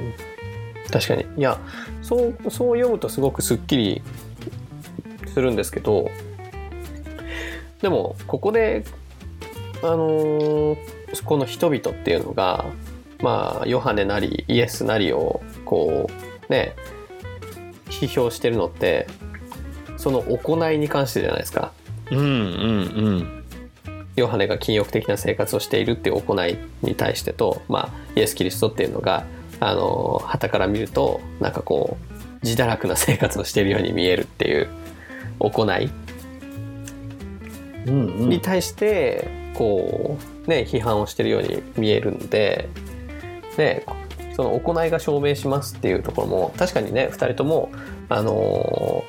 A: 確かに。いや、そう、そう読むとすごくすっきりするんですけど、でもここであのー、この人々っていうのがまあヨハネなりイエスなりをこうね批評してるのってその行いに関してじゃないですか。
B: うんうんうん。
A: ヨハネが禁欲的な生活をしているっていう行いに対してと、まあ、イエス・キリストっていうのがあの傍から見るとなんかこう自堕落な生活をしているように見えるっていう行いに対してこう、ね、批判をしているように見えるんで、ね、その行いが証明しますっていうところも確かにねふたりともあの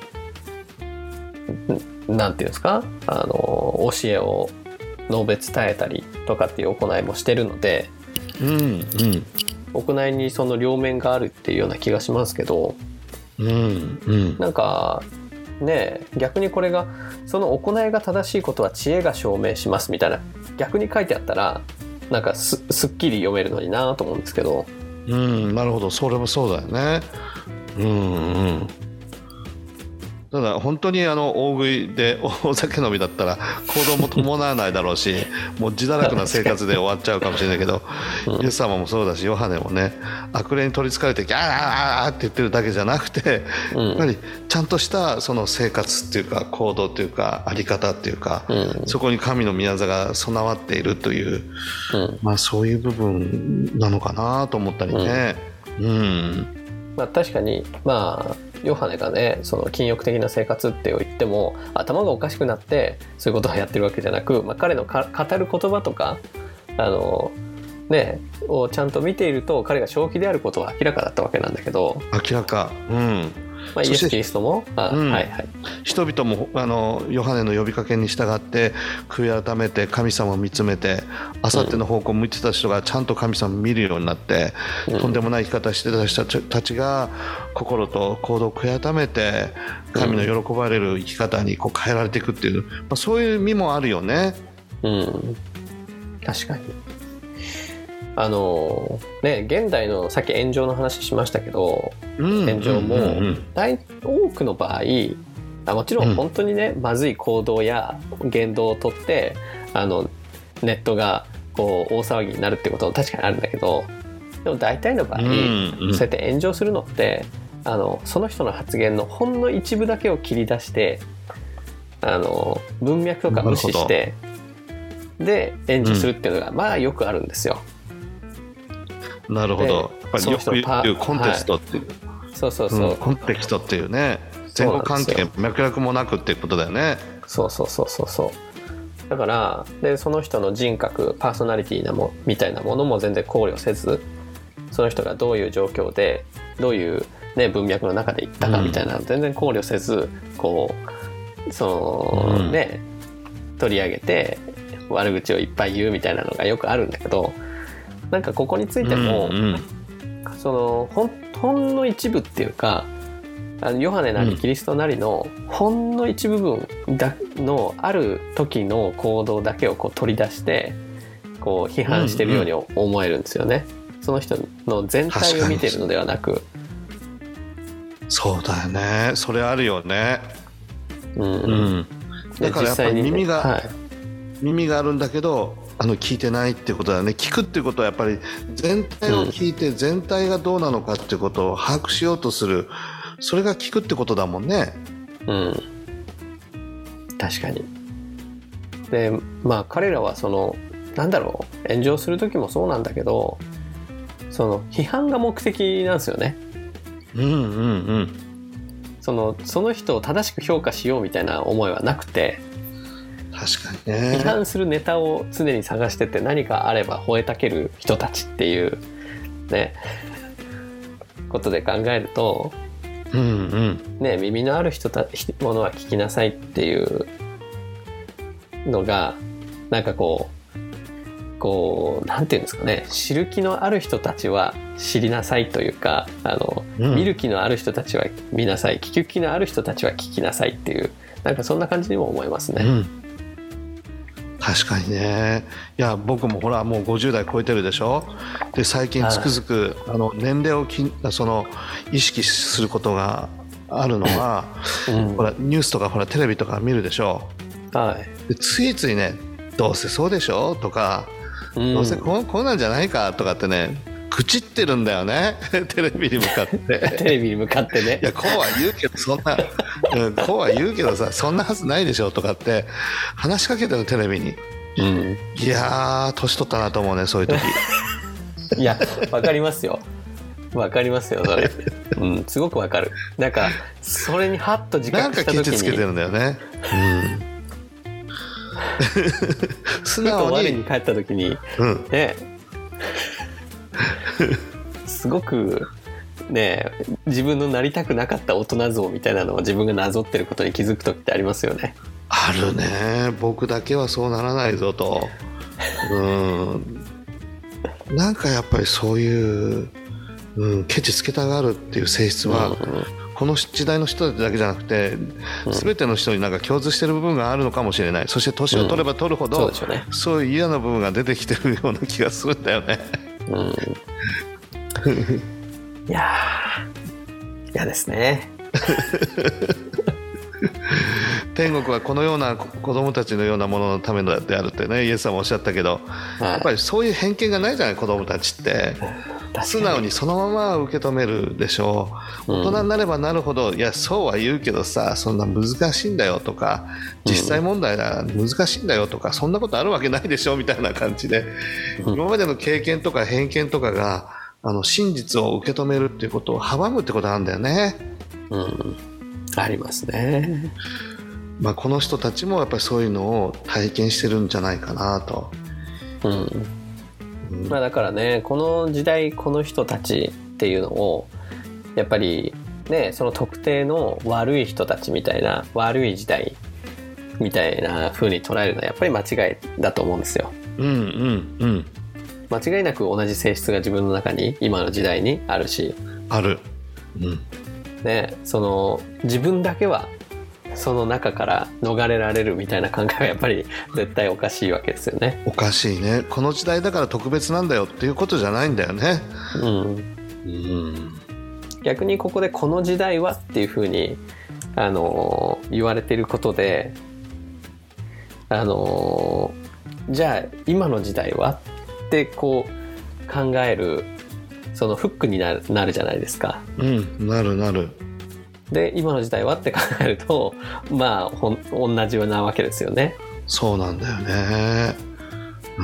A: なんていうんですかあの教えを述べ伝えたりとかっていう行いもしてるので、
B: うんうん、
A: 行いにその両面があるっていうような気がしますけど、
B: うんうん、
A: なんかね逆にこれがその行いが正しいことは知恵が証明しますみたいな逆に書いてあったらなんか す, すっきり読めるのになと思うんですけど、
B: うん、なるほど、それもそうだよね。うんうん。ただ本当にあの大食いでお酒飲みだったら行動も伴わないだろうしもう自堕落な生活で終わっちゃうかもしれないけどイエス様もそうだしヨハネもね悪霊に取りつかれてギャーーって言ってるだけじゃなくて、うん、やっぱりちゃんとしたその生活っていうか行動っていうかあり方っていうか、うん、そこに神の御業が備わっているという、うん、まあそういう部分なのかなと思ったりね、うんうん、
A: まあ、確かにまあヨハネがねその禁欲的な生活って言っても頭がおかしくなってそういうことをやってるわけじゃなく、まあ、彼のか語る言葉とかあの、ね、をちゃんと見ていると彼が正気であることは明らかだったわけなんだけど、
B: 明らか、うん
A: まあ、イエス・キリストも、あ、うんはいはい、
B: 人々もあのヨハネの呼びかけに従って悔い改めて神様を見つめてあさっての方向を向いてた人がちゃんと神様を見るようになって、うん、とんでもない生き方してた人たちが心と行動を悔い改めて神の喜ばれる生き方にこう変えられていくっていう、まあ、そういう意味もあるよね。
A: うん、確かにあのね、現代のさっき炎上の話しましたけど、うん、炎上も大多くの場合あもちろん本当にね、うん、まずい行動や言動をとってあのネットがこう大騒ぎになるってことも確かにあるんだけどでも大体の場合、うんうん、そうやって炎上するのってあのその人の発言のほんの一部だけを切り出してあの文脈とか無視してで炎上するっていうのが、うん、まあよくあるんですよ。
B: なるほど。やっぱりよく言うコンテストっていう、はい、
A: そうそうそう、うん、
B: コンテキストっていうね前後関係脈絡もなくっていうことだよね。
A: そうそうそうそうそうだからでその人の人格パーソナリティなもみたいなものも全然考慮せず、その人がどういう状況でどういう、ね、文脈の中で言ったかみたいなの全然考慮せず、こうその、うん、ね取り上げて悪口をいっぱい言うみたいなのがよくあるんだけど、なんかここについても、うんうん、その ほん, ほんの一部っていうか、あのヨハネなりキリストなりのほんの一部分だのある時の行動だけをこう取り出してこう批判してるように思えるんですよね、うんうん、その人の全体を見てるのではなく。
B: そうだよね、それあるよね、うんうん、だからやっぱり耳が、はい、耳があるんだけどあの聞いてないっていうことだね。聞くっていうことはやっぱり全体を聞いて全体がどうなのかっていうことを把握しようとする、それが聞くってことだもんね。
A: うん、確かに。でまあ彼らはそのなんだろう炎上する時もそうなんだけど、その批判が目的なんですよね。
B: うんうんうん。
A: そのその人を正しく評価しようみたいな思いはなくて、
B: 確かにね、
A: 批判するネタを常に探してて何かあれば吠えたける人たちっていうねことで考えると、うんうんね、耳のある人たものは聞きなさいっていうのがなんかこうこうなんていうんですかね、知る気のある人たちは知りなさいというか、あの、うん、見る気のある人たちは見なさい、聞く気のある人たちは聞きなさいっていう、なんかそんな感じにも思いますね、うん、
B: 確かにね。いや僕もほらもうごじゅう代超えてるでしょ。で最近つくづくあの年齢をきその意識することがあるのは、うん、ほらニュースとかほらテレビとか見るでしょ、はい、でついついねどうせそうでしょとか、うん、どうせこう、こうなんじゃないかとかってね愚痴ってるんだよねテレビに向かって
A: テレビに向かってね、
B: いやこうは言うけどそんな、うん、こうは言うけどさそんなはずないでしょとかって話しかけてるテレビに、うん、いやー年取ったなと思うねそういう時
A: いやわかりますよわかりますよそれ、うん、すごくわかる。なんかそれにハッと自覚した時に
B: なんかケチつけてるんだよね、
A: うん、素直に我に返った時に、うん、ねすごくね自分のなりたくなかった大人像みたいなのを自分がなぞってることに気づく時ってありますよね。
B: あるね。僕だけはそうならないぞと、うん、なんかやっぱりそういう、うん、ケチつけたがるっていう性質は、うん、この時代の人だけじゃなくて、うん、全ての人になんか共通してる部分があるのかもしれない。そして年を取れば取るほど、うん そうでしょうね、そういう嫌な部分が出てきてるような気がするんだよね、うん、
A: いやー嫌ですね
B: 天国はこのような子供たちのようなもののためであるってねイエス様もおっしゃったけど、はい、やっぱりそういう偏見がないじゃない子供たちって素直にそのまま受け止めるでしょう、うん、大人になればなるほどいやそうは言うけどさそんな難しいんだよとか実際問題は難しいんだよとか、うん、そんなことあるわけないでしょみたいな感じで、うん、今までの経験とか偏見とかがあの真実を受け止めるっていうことを阻むってことなんだよね、
A: うん、ありますね。
B: まあ、この人たちもやっぱりそういうのを体験してるんじゃないかなと、
A: うんうんまあ、だからねこの時代この人たちっていうのをやっぱりねその特定の悪い人たちみたいな悪い時代みたいな風に捉えるのはやっぱり間違いだと思うんですよ、うんうんうん、間違いなく同じ性質が自分の中に今の時代にあるし
B: ある、うん
A: ね、その自分だけはその中から逃れられるみたいな考えはやっぱり絶対おかしいわけですよね。
B: おかしいね。この時代だから特別なんだよっていうことじゃないんだよね、うんうん、
A: 逆にここでこの時代はっていうふうに、あのー、言われていることで、あのー、じゃあ今の時代はってこう考えるそのフックになる、なるじゃないですか。
B: うんなるなる。
A: で今の時代はって考えるとまあほん同じようなわけですよね。
B: そうなんだよね、うん、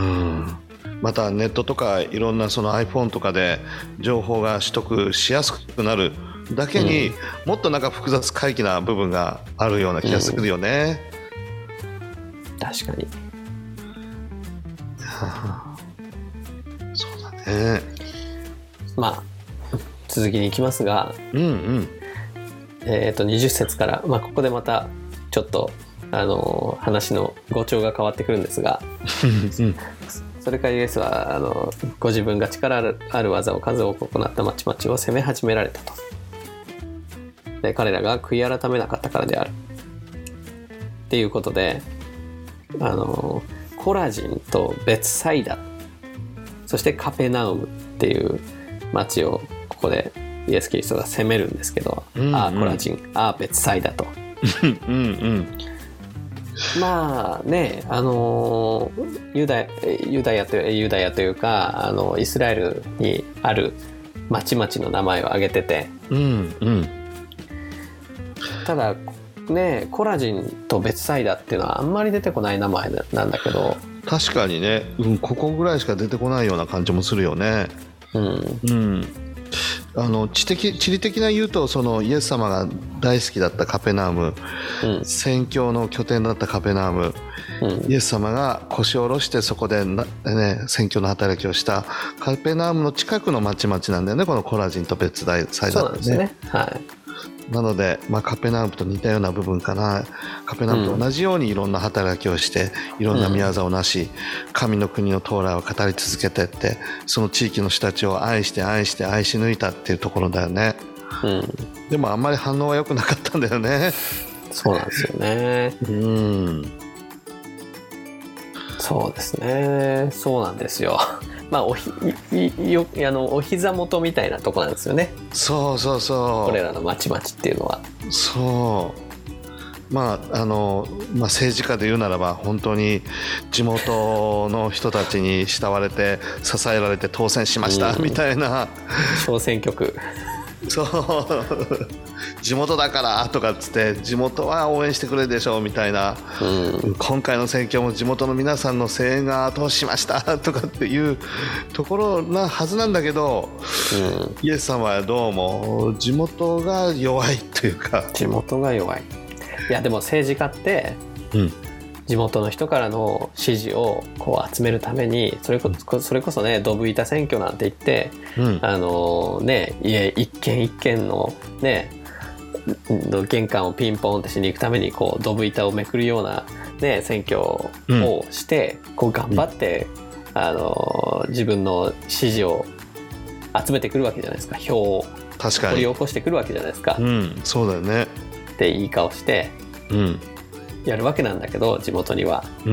B: またネットとかいろんなその iPhone とかで情報が取得しやすくなるだけに、
A: うん
B: もっとなんか複雑怪奇な部分があるような気がするよね、
A: うん、確かに
B: そうだね。
A: まあ続きに行きますが、
B: うんうん
A: えー、とにじゅっ節から、まあ、ここでまたちょっと、あのー話の語調が変わってくるんですがそれからイエスはあのご自分が力ある、ある技を数多く行った町々を攻め始められたと。で彼らが悔い改めなかったからであるっていうことで、あのコラジンとベツサイダ、そしてカペナウムっていう町をここでイエス・キリストが攻めるんですけど、
B: うんうん、
A: ああコラジン、ああベツサイダと
B: うんうん
A: まあね、あのユダユダヤというユダヤというか、あのイスラエルにある町々の名前を挙げてて、
B: うんうん
A: ただねコラジンとベツサイダっていうのはあんまり出てこない名前なんだけど、
B: 確かにね、うん、ここぐらいしか出てこないような感じもするよね。
A: うん、
B: うん、あの地的地理的な言うと、そのイエス様が大好きだったカペナウム、
A: うん、
B: 宣教の拠点だったカペナウム、うん、イエス様が腰を下ろしてそこでな、ね、宣教の働きをしたカペナウムの近くの町々なんだよね、このコラジンとベツサイダってね。
A: そうなんですね、はい。
B: なので、まあ、カペナウムと似たような部分かな。カペナウムと同じようにいろんな働きをして、うん、いろんな宮業をなし、神の国の到来を語り続けてって、その地域の人たちを愛して愛して愛し抜いたっていうところだよね、うん、でもあんまり反応は良くなかったんだよね。
A: そうなんですよね。うんそうですね、そうなんですよ。まあ、おひよあのお膝元みたいなとこなんですよね。
B: そうそうそう。
A: これらの町々っていうのは。
B: そうまああの、まあ、政治家で言うならば本当に地元の人たちに慕われて支えられて当選しましたみたいな、
A: 小選挙区。
B: そう地元だからとかっつって地元は応援してくれるでしょうみたいな、うん、今回の選挙も地元の皆さんの声援が後押ししましたとかっていうところなはずなんだけど、うん、イエス様はどうも地元が弱いというか。
A: 地元が弱い。いやでも政治家って、うん、地元の人からの支持をこう集めるためにそれこそ、それこそねドブ板選挙なんて言って、うん、あのね家一軒一軒のね玄関をピンポンってしに行くためにこうドブ板をめくるような、ね、選挙をして、うん、こう頑張って、うん、あの自分の支持を集めてくるわけじゃないですか。票を掘り起こしてくるわけじゃないですか、
B: うん、そうだよね
A: っていい顔してやるわけなんだけど、地元には、うん、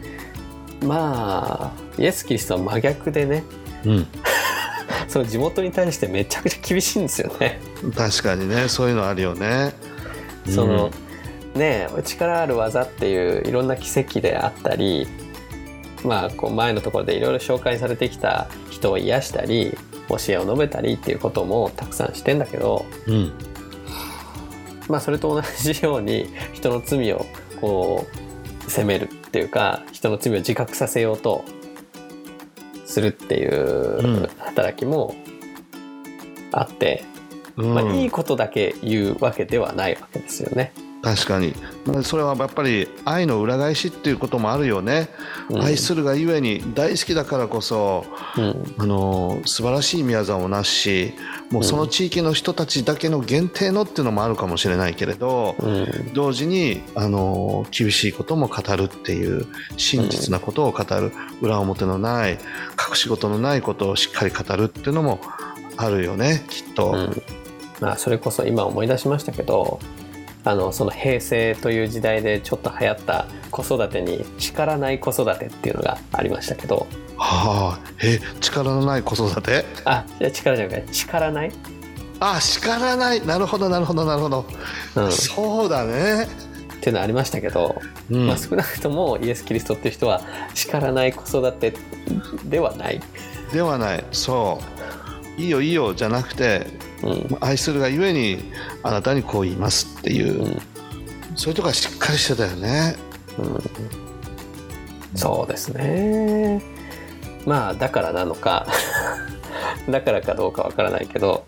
A: まあイエス・キリストは真逆でね、うん、その地元に対してめちゃくちゃ厳しいんですよね。
B: 確かにね、そういうのあるよね。
A: その、うん、ね力ある技っていういろんな奇跡であったり、まあこう前のところでいろいろ紹介されてきた人を癒したり教えを述べたりっていうこともたくさんしてんだけど、うん、まあそれと同じように人の罪をこう責めるっていうか、人の罪を自覚させようとするっていう働きもあって、うん、まあ、いいことだけ言うわけではないわけですよね。
B: 確かにそれはやっぱり愛の裏返しっていうこともあるよね、うん、愛するがゆえに大好きだからこそ、うん、あの素晴らしい宮沢をなし、もうその地域の人たちだけの限定のっていうのもあるかもしれないけれど、うん、同時にあの厳しいことも語るっていう真実なことを語る、裏表のない隠し事のないことをしっかり語るっていうのもあるよね、きっと、うん、
A: まあ、それこそ今思い出しましたけど、あのその平成という時代でちょっと流行った子育てに叱らない子育てっていうのがありましたけど、
B: はあ、え力のない子育て、
A: あいや力じゃなくて叱らない、
B: あ叱らない、なるほどなるほどなるほど、うん、そうだね
A: っていうのありましたけど、うん、まあ、少なくともイエス・キリストっていう人は叱らない子育てではない
B: ではない、そういいよいいよじゃなくて、うん、愛するがゆえにあなたにこう言いますっていう、うん、そういうとこはしっかりしてたよね、うん、
A: そうですね。まあだからなのかだからかどうかわからないけど、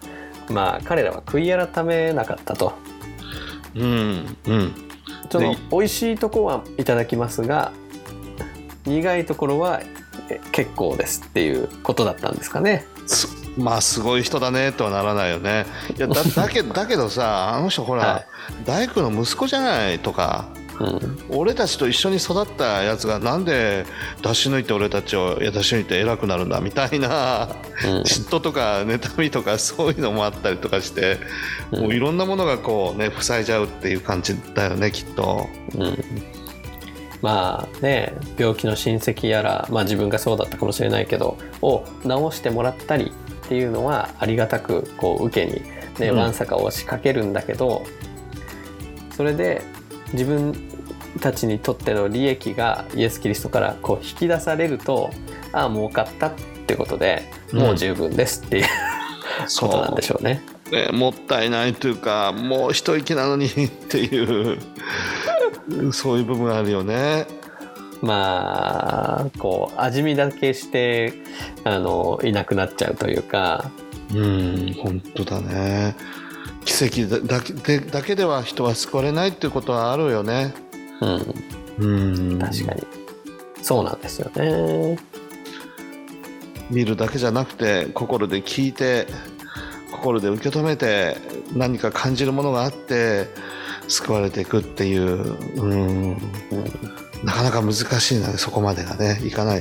A: まあ彼らは悔い改めなかったと。
B: うんうん
A: その美味しいとこはいただきますが苦いところは結構ですっていうことだったんですかね。
B: まあすごい人だねとはならないよね。いや だ, だ, けだけどさあの人ほら、はい、大工の息子じゃないとか、うん、俺たちと一緒に育ったやつがなんで出し抜いて俺たちを出し抜いて偉くなるんだみたいな、うん、嫉妬とか妬みとかそういうのもあったりとかして、うん、もういろんなものがこうね塞いじゃうっていう感じだよねきっと。うん、
A: まあね病気の親戚やら、まあ、自分がそうだったかもしれないけどを治してもらったりっていうのはありがたくこう受けに、ね、わんさか押しかけるんだけど、うん、それで自分たちにとっての利益がイエス・キリストからこう引き出されるとああ儲かったってことで、うん、もう十分ですっていうことなんでしょうね。
B: ね、もったいないというかもう一息なのにっていうそういう部分があるよね。
A: まあこう味見だけしてあのいなくなっちゃうというか。
B: うん本当だね。奇跡だけ で, だけでは人は救われないっていうことはあるよね。
A: うん、うん確かにそうなんですよね。
B: 見るだけじゃなくて心で聞いて心で受け止めて何か感じるものがあって救われていくっていう、うん、うん、なかなか難しいな、ね、そこまでがねいかない。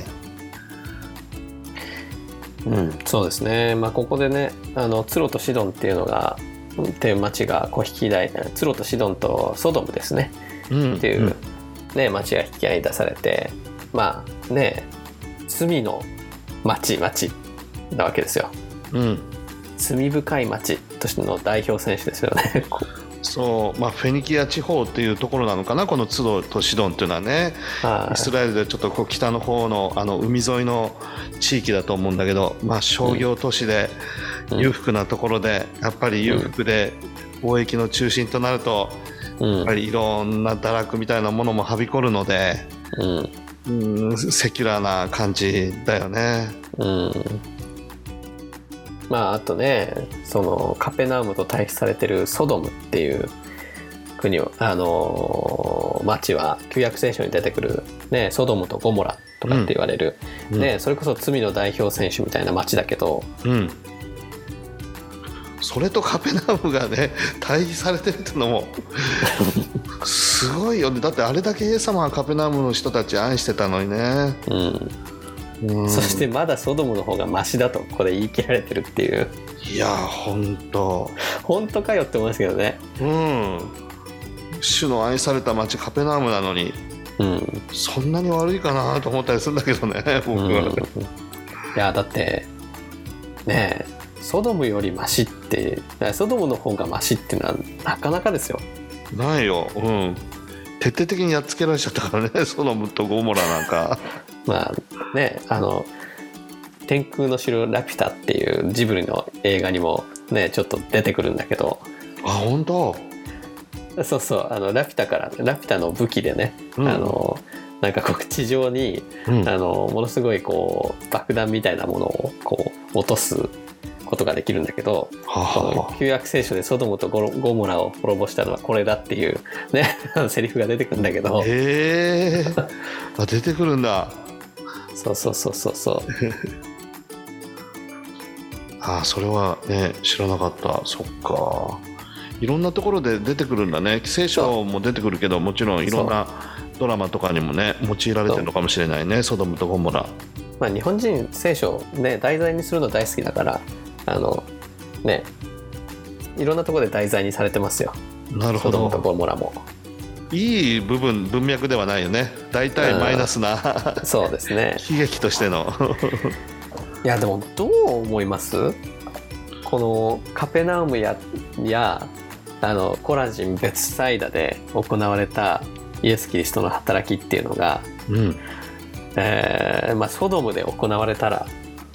A: うん、そうですね。まあここでねあのツロとシドンっていうのがっていう町がこう引き出ツロとシドンとソドムですね、うん、っていう、ね、町が引き合い出されてまあね罪の町町なわけですよ、うん、罪深い町としての代表選手ですよね
B: そう、まあ、フェニキア地方っていうところなのかなこのツロとシドンっていうのはね。イスラエルでちょっとこう北の方の、あの海沿いの地域だと思うんだけど、まあ、商業都市で裕福なところで、やっぱり裕福で貿易の中心となると、やっぱりいろんな堕落みたいなものもはびこるので、うん、うん、セキュラーな感じだよね。うん
A: まああとねそのカペナウムと対比されてるソドムっていう国をあのー、町は旧約聖書に出てくる、ね、ソドムとゴモラとかって言われる、うんね、それこそ罪の代表選手みたいな町だけど、うん、
B: それとカペナウムがね対比されてるってのもすごいよね。だってあれだけイエス様はカペナウムの人たち愛してたのにね、うん
A: うん、そしてまだソドムの方がマシだとここで言い切られてるっていう。
B: いや本当
A: 本当かよって思いますけどね。
B: うん主の愛された町カペナウムなのに、うん、そんなに悪いかなと思ったりするんだけどね僕は、うん、い
A: やだってねえソドムよりマシってソドムの方がマシっていうのはなかなかですよ。
B: ないよ、うん、徹底的にやっつけられちゃったからねソドムとゴモラなんか
A: まあねあの天空の城ラピュタっていうジブリの映画にもねちょっと出てくるんだけど。
B: あ本当。
A: そうそうあのラピュタからラピュタの武器でね、うん、あのなんかこう地上に、うん、あのものすごいこう爆弾みたいなものをこう落とすことができるんだけど、はあ、旧約聖書でソドムとゴモラを滅ぼしたのはこれだっていうねセリフが出てくるんだけど。
B: へーあ出てくるんだ。
A: そうそうそうそうそう
B: ああそれはね知らなかった。そっかいろんなところで出てくるんだね。聖書も出てくるけどもちろんいろんなドラマとかにもね用いられてるのかもしれないねソドムとゴモラ。
A: まあ日本人聖書ね題材にするの大好きだからあのねいろんなところで題材にされてますよ。
B: なるほど。
A: ソドムとゴモラも
B: いい部分文脈ではないよね。大体マイナスな、
A: うん、そうですね
B: 悲劇としての
A: いやでもどう思います？このカペナウムややあのコラジンベツサイダで行われたイエス・キリストの働きっていうのが、うんえーまあ、ソドムで行われたら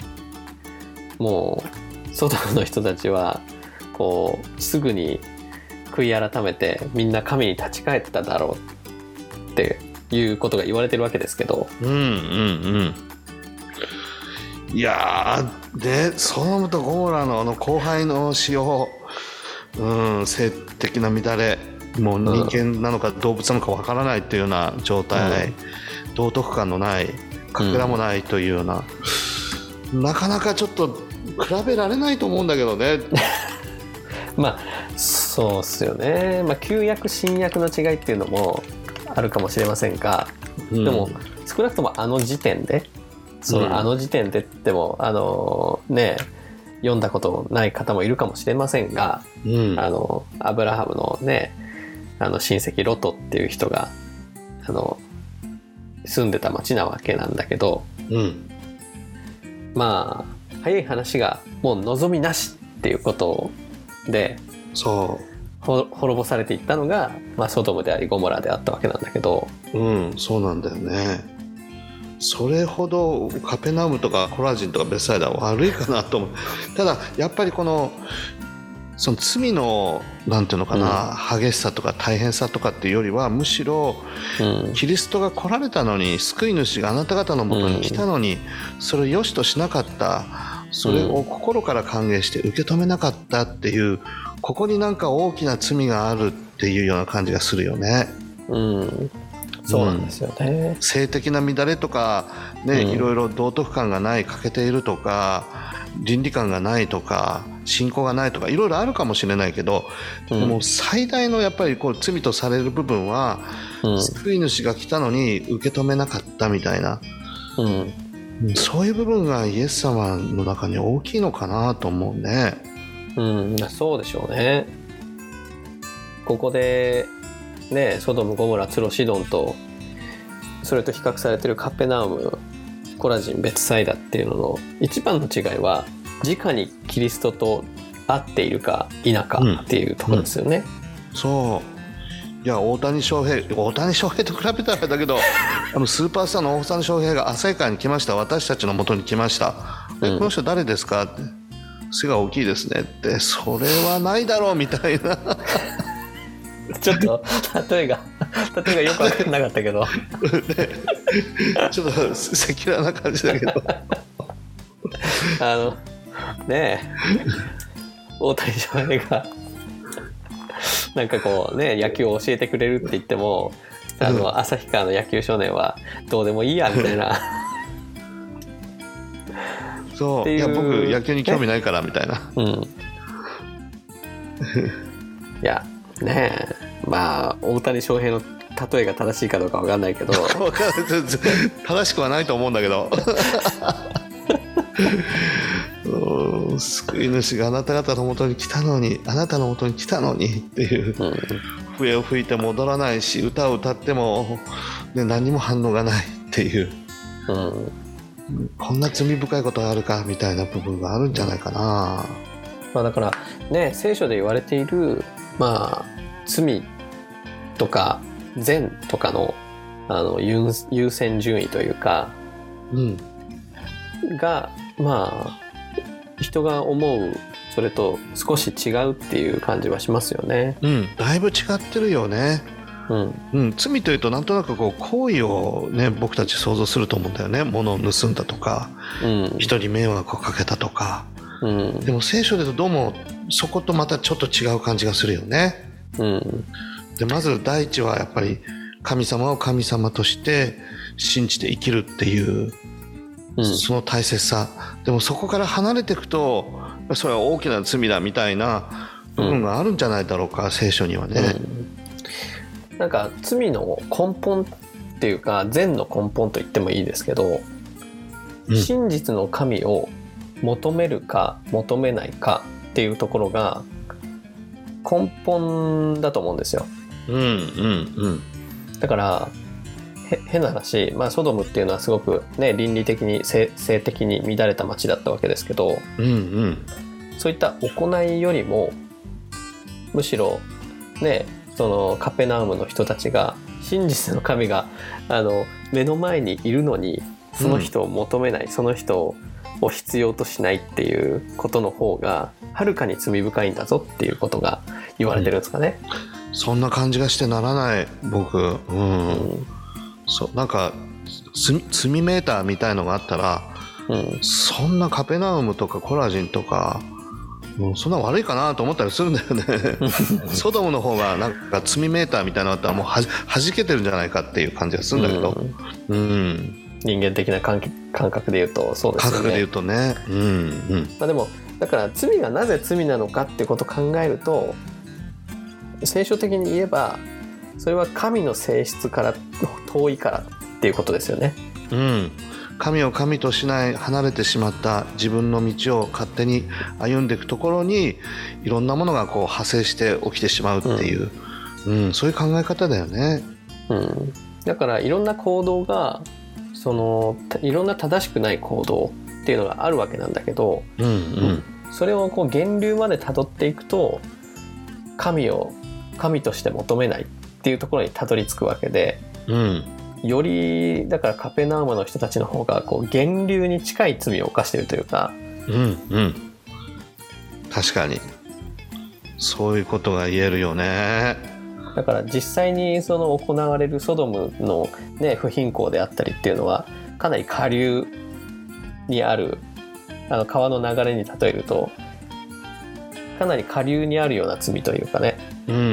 A: もうソドムの人たちはこうすぐに悔い改めてみんな神に立ち返っただろうっていうことが言われてるわけですけど、うんうんうん、
B: いやーでソドムとゴモラのあの荒廃の使用、うん、性的な乱れ、もう人間なのか動物なのかわからないっていうような状態、うん、道徳感のないかけらもないというような、うん、なかなかちょっと比べられないと思うんだけどね
A: まあそうっすよね、まあ、旧約新約の違いっていうのもあるかもしれませんが、うん、でも少なくともあの時点でそのあの時点でっても、うん、あのね読んだことない方もいるかもしれませんが、うん、あのアブラハムのねあの親戚ロトっていう人があの住んでた町なわけなんだけど、うん、まあ早い話がもう望みなしっていうことで
B: そう
A: 滅ぼされていったのが、まあ、ソドムでありゴモラであったわけなんだけど、
B: うんそうなんだよね。それほどカペナウムとかコラジンとかベサイダは悪いかなと思う。ただやっぱりこのその罪のなんていうのかな、うん、激しさとか大変さとかっていうよりはむしろ、うん、キリストが来られたのに救い主があなた方のもとに来たのに、うん、それを良しとしなかった、それを心から歓迎して受け止めなかったっていう、ここになんか大きな罪があるっていうような感じがするよね。
A: うんそうなんですよね、
B: うん、性的な乱れとか、ねうん、いろいろ道徳感がない、欠けているとか倫理観がないとか信仰がないとかいろいろあるかもしれないけど、うん、でも最大のやっぱりこう罪とされる部分は、うん、救い主が来たのに受け止めなかったみたいな、うん、そういう部分がイエス様の中に大きいのかなと思うね。
A: うん、そうでしょうね。ここでね、ソドムゴモラツロシドンとそれと比較されているカペナウムコラジンベツサイダっていうのの一番の違いは直にキリストと会っているか否かっていうところですよね、
B: うんうん、そういや大谷翔平大谷翔平と比べたらだけどあのスーパースターの大谷翔平が旭川に来ました、私たちの元に来ました、うん、この人誰ですかって、背が大きいですねって、それはないだろうみたいな
A: ちょっと例えが例えがよく分かんなかったけど、ね、
B: ちょっと赤裸々な感じだけど
A: あのねえ大谷翔平がなんかこうね野球を教えてくれるって言ってもあの旭川の野球少年はどうでもいいやみたいな
B: そういや僕野球に興味ないからみたいな、うん、い
A: やねえまあ大谷翔平の例えが正しいかどうか分かんないけど
B: 正しくはないと思うんだけど救い主があなた方の元に来たのにあなたの元に来たのにっていう、うん、笛を吹いて戻らないし歌を歌っても、ね、何も反応がないっていう、うん、こんな罪深いことがあるかみたいな部分があるんじゃないかな、
A: まあ、だからね聖書で言われているまあ罪とか善とかの、あの 優, 優先順位というか、うん、がまあ人が思うそれと少し違うっていう感じはしますよね。
B: うん、だいぶ違ってるよね。うんうん、罪というとなんとなくこう行為をね僕たち想像すると思うんだよね。物を盗んだとか、うん、人に迷惑をかけたとか、うん、でも聖書でとどうもそことまたちょっと違う感じがするよね。うん、でまず第一はやっぱり神様を神様として信じて生きるっていう、うん、その大切さ。でもそこから離れていくとそれは大きな罪だみたいな部分があるんじゃないだろうか、うん、聖書にはね、
A: うん、なんか罪の根本っていうか善の根本と言ってもいいですけど、うん、真実の神を求めるか求めないかっていうところが根本だと思うんですよ。うんうんうん。だから変な話、まあ、ソドムっていうのはすごく、ね、倫理的に 性, 性的に乱れた町だったわけですけど、うんうん、そういった行いよりもむしろ、ね、そのカペナウムの人たちが真実の神があの目の前にいるのにその人を求めない、うん、その人を必要としないっていうことの方がはるかに罪深いんだぞっていうことが言われてるんですかね、
B: うん、そんな感じがしてならない僕、うんうん、そうなんか罪メーターみたいのがあったら
A: うん、
B: そんなカペナウムとかコラジンとかもうそんな悪いかなと思ったりするんだよねソドムの方がなんか罪メーターみたいなのだったらもうはじけてるんじゃないかっていう感じがするんだけど、うんうん、
A: 人間的な感覚で言うとそうですよね。
B: 感覚で言うとね、うんうん、
A: まあ、でもだから罪がなぜ罪なのかってことを考えると聖書的に言えばそれは神の性質から遠いからっていうことですよね。
B: うん、神を神としない離れてしまった自分の道を勝手に歩んでいくところにいろんなものがこう派生して起きてしまうっていう、うんうん、そういう考え方だよね、
A: うん、だからいろんな行動がそのいろんな正しくない行動っていうのがあるわけなんだけど、
B: うんうん、
A: それをこう源流までたどっていくと神を神として求めないっていうところにたどり着くわけで、
B: うん、
A: よりだからカペナウムの人たちの方がこう源流に近い罪を犯しているというか、
B: うんうん、確かにそういうことが言えるよね。
A: だから実際にその行われるソドムの、ね、不貧困であったりっていうのはかなり下流にあるあの川の流れに例えるとかなり下流にあるような罪というかね、
B: うんうん、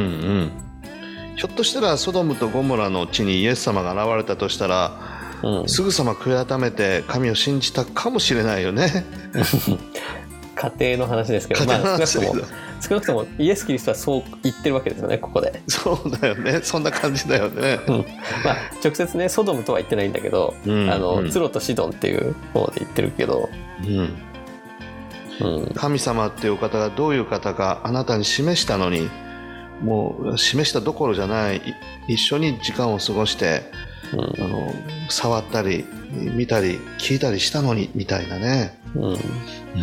B: ひょっとしたらソドムとゴモラの地にイエス様が現れたとしたら、うん、すぐさま悔い改めて神を信じたかもしれないよね
A: 家庭の話ですけど、まあ、少なくとも少なくともイエス・キリストはそう言ってるわけですよねここで。
B: そうだよね、そんな感じだよね、
A: うん、まあ、直接ねソドムとは言ってないんだけど、うん、あの、うん、ツロとシドンっていう方で言ってるけど、うんうん、
B: 神様っていうお方がどういう方かあなたに示したのにもう示したどころじゃない一緒に時間を過ごして、うん、あの触ったり見たり聞いたりしたのにみたいなね、うんうん、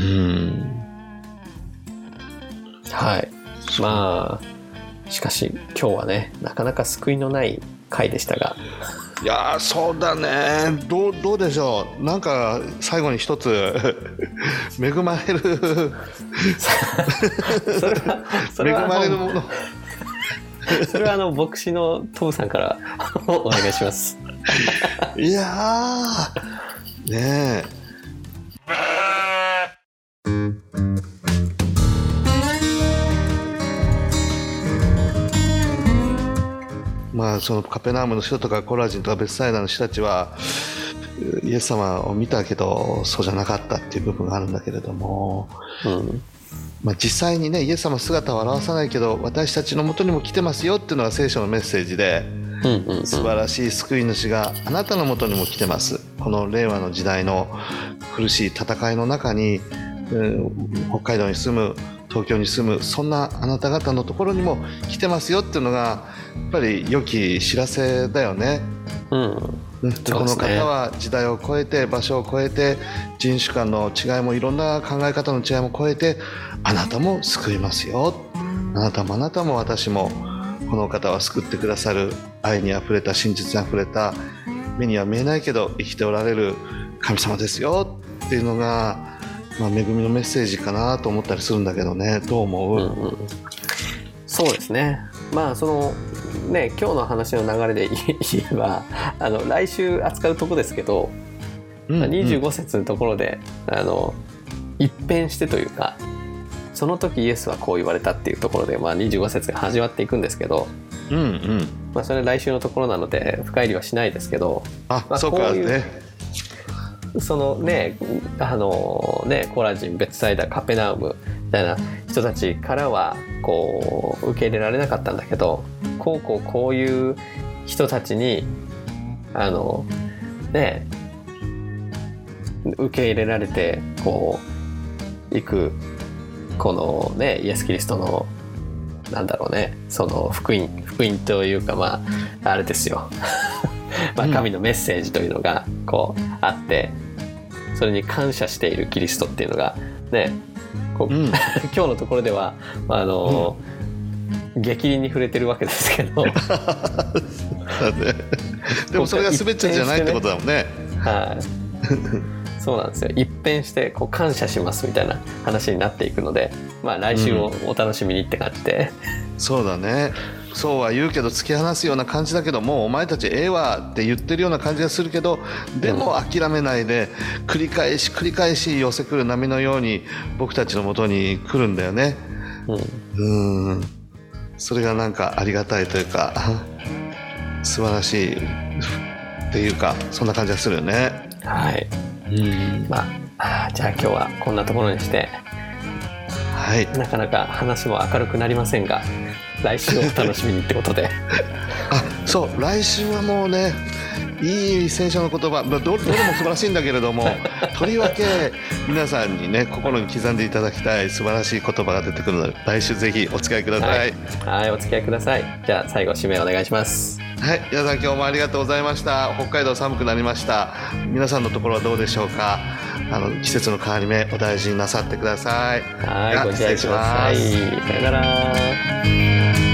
A: はい。まあしかし今日はねなかなか救いのない回でしたが、
B: いやそうだね、どう、どうでしょう、なんか最後に一つ恵まれる
A: それはそれは
B: 恵まれるもの
A: それはあの牧師のトムさんからお願いします
B: いやーねえまあ、そのカペナウムの人とかコラジンとかベツサイダの人たちはイエス様を見たけどそうじゃなかったっていう部分があるんだけれども、うんまあ、実際にねイエス様姿を表さないけど私たちの元にも来てますよっていうのが聖書のメッセージで、うんうんうん、素晴らしい救い主があなたの元にも来てます。この令和の時代の苦しい戦いの中に、うん、北海道に住む東京に住むそんなあなた方のところにも来てますよっていうのがやっぱり良き知らせだよね、うんうん、でこの方は時代を超えて場所を超えて人種間の違いもいろんな考え方の違いも超えてあなたも救いますよ、あなたもあなたも私もこの方は救ってくださる愛にあふれた真実にあふれた目には見えないけど生きておられる神様ですよっていうのがまあ、恵みのメッセージかなと思ったりするんだけどね、どう思う？うんうん、
A: そうですね、まあそのね今日の話の流れで言えばあの来週扱うとこですけど、うんうん、にじゅうご節のところであの一変してというかその時イエスはこう言われたっていうところで、まあ、にじゅうご節が始まっていくんですけど、うんうんまあ、それ来週のところなので深入りはしないですけど、
B: あ、まあ、そうかね、
A: そのねあのねコラジン、ベツサイダ、カペナウムみたいな人たちからはこう受け入れられなかったんだけど、こうこうこういう人たちにあのね受け入れられてこういくこのねイエス・キリストのなんだろうねその福音福音というかまああれですよまあ神のメッセージというのがこうあって、それに感謝しているキリストっていうのがねこう、うん、今日のところではあの、うん、激鱗に触れてるわけですけど
B: でもそれが全てじゃないってことだもんね。
A: はい、そうなんですよ。一変してこう感謝しますみたいな話になっていくので、まあ来週をお楽しみにって感じで、
B: うん、そうだね。 そうは言うけど突き放すような感じだけど、もうお前たちええわって言ってるような感じがするけど、でも諦めないで繰り返し繰り返し寄せくる波のように僕たちの元に来るんだよね。うん、うん、それがなんかありがたいというか素晴らしいっていうか、そんな感じがするよね。
A: はい、うん、まあじゃあ今日はこんなところにして、
B: はい、
A: なかなか話も明るくなりませんが、来週をお楽しみにってことで
B: あ、そう来週はもうね、いい聖書の言葉 ど, どれも素晴らしいんだけれどもとりわけ皆さんにね心に刻んでいただきたい素晴らしい言葉が出てくるので、来週ぜひお付き合いください。
A: はい、はい、お付き合いください。じゃあ最後締めお願いします。
B: はい、皆さん今日もありがとうございました。北海道寒くなりました。皆さんのところはどうでしょうか。あの季節の変わり目お大事になさってください。
A: はい、ご自愛ください。さよなら。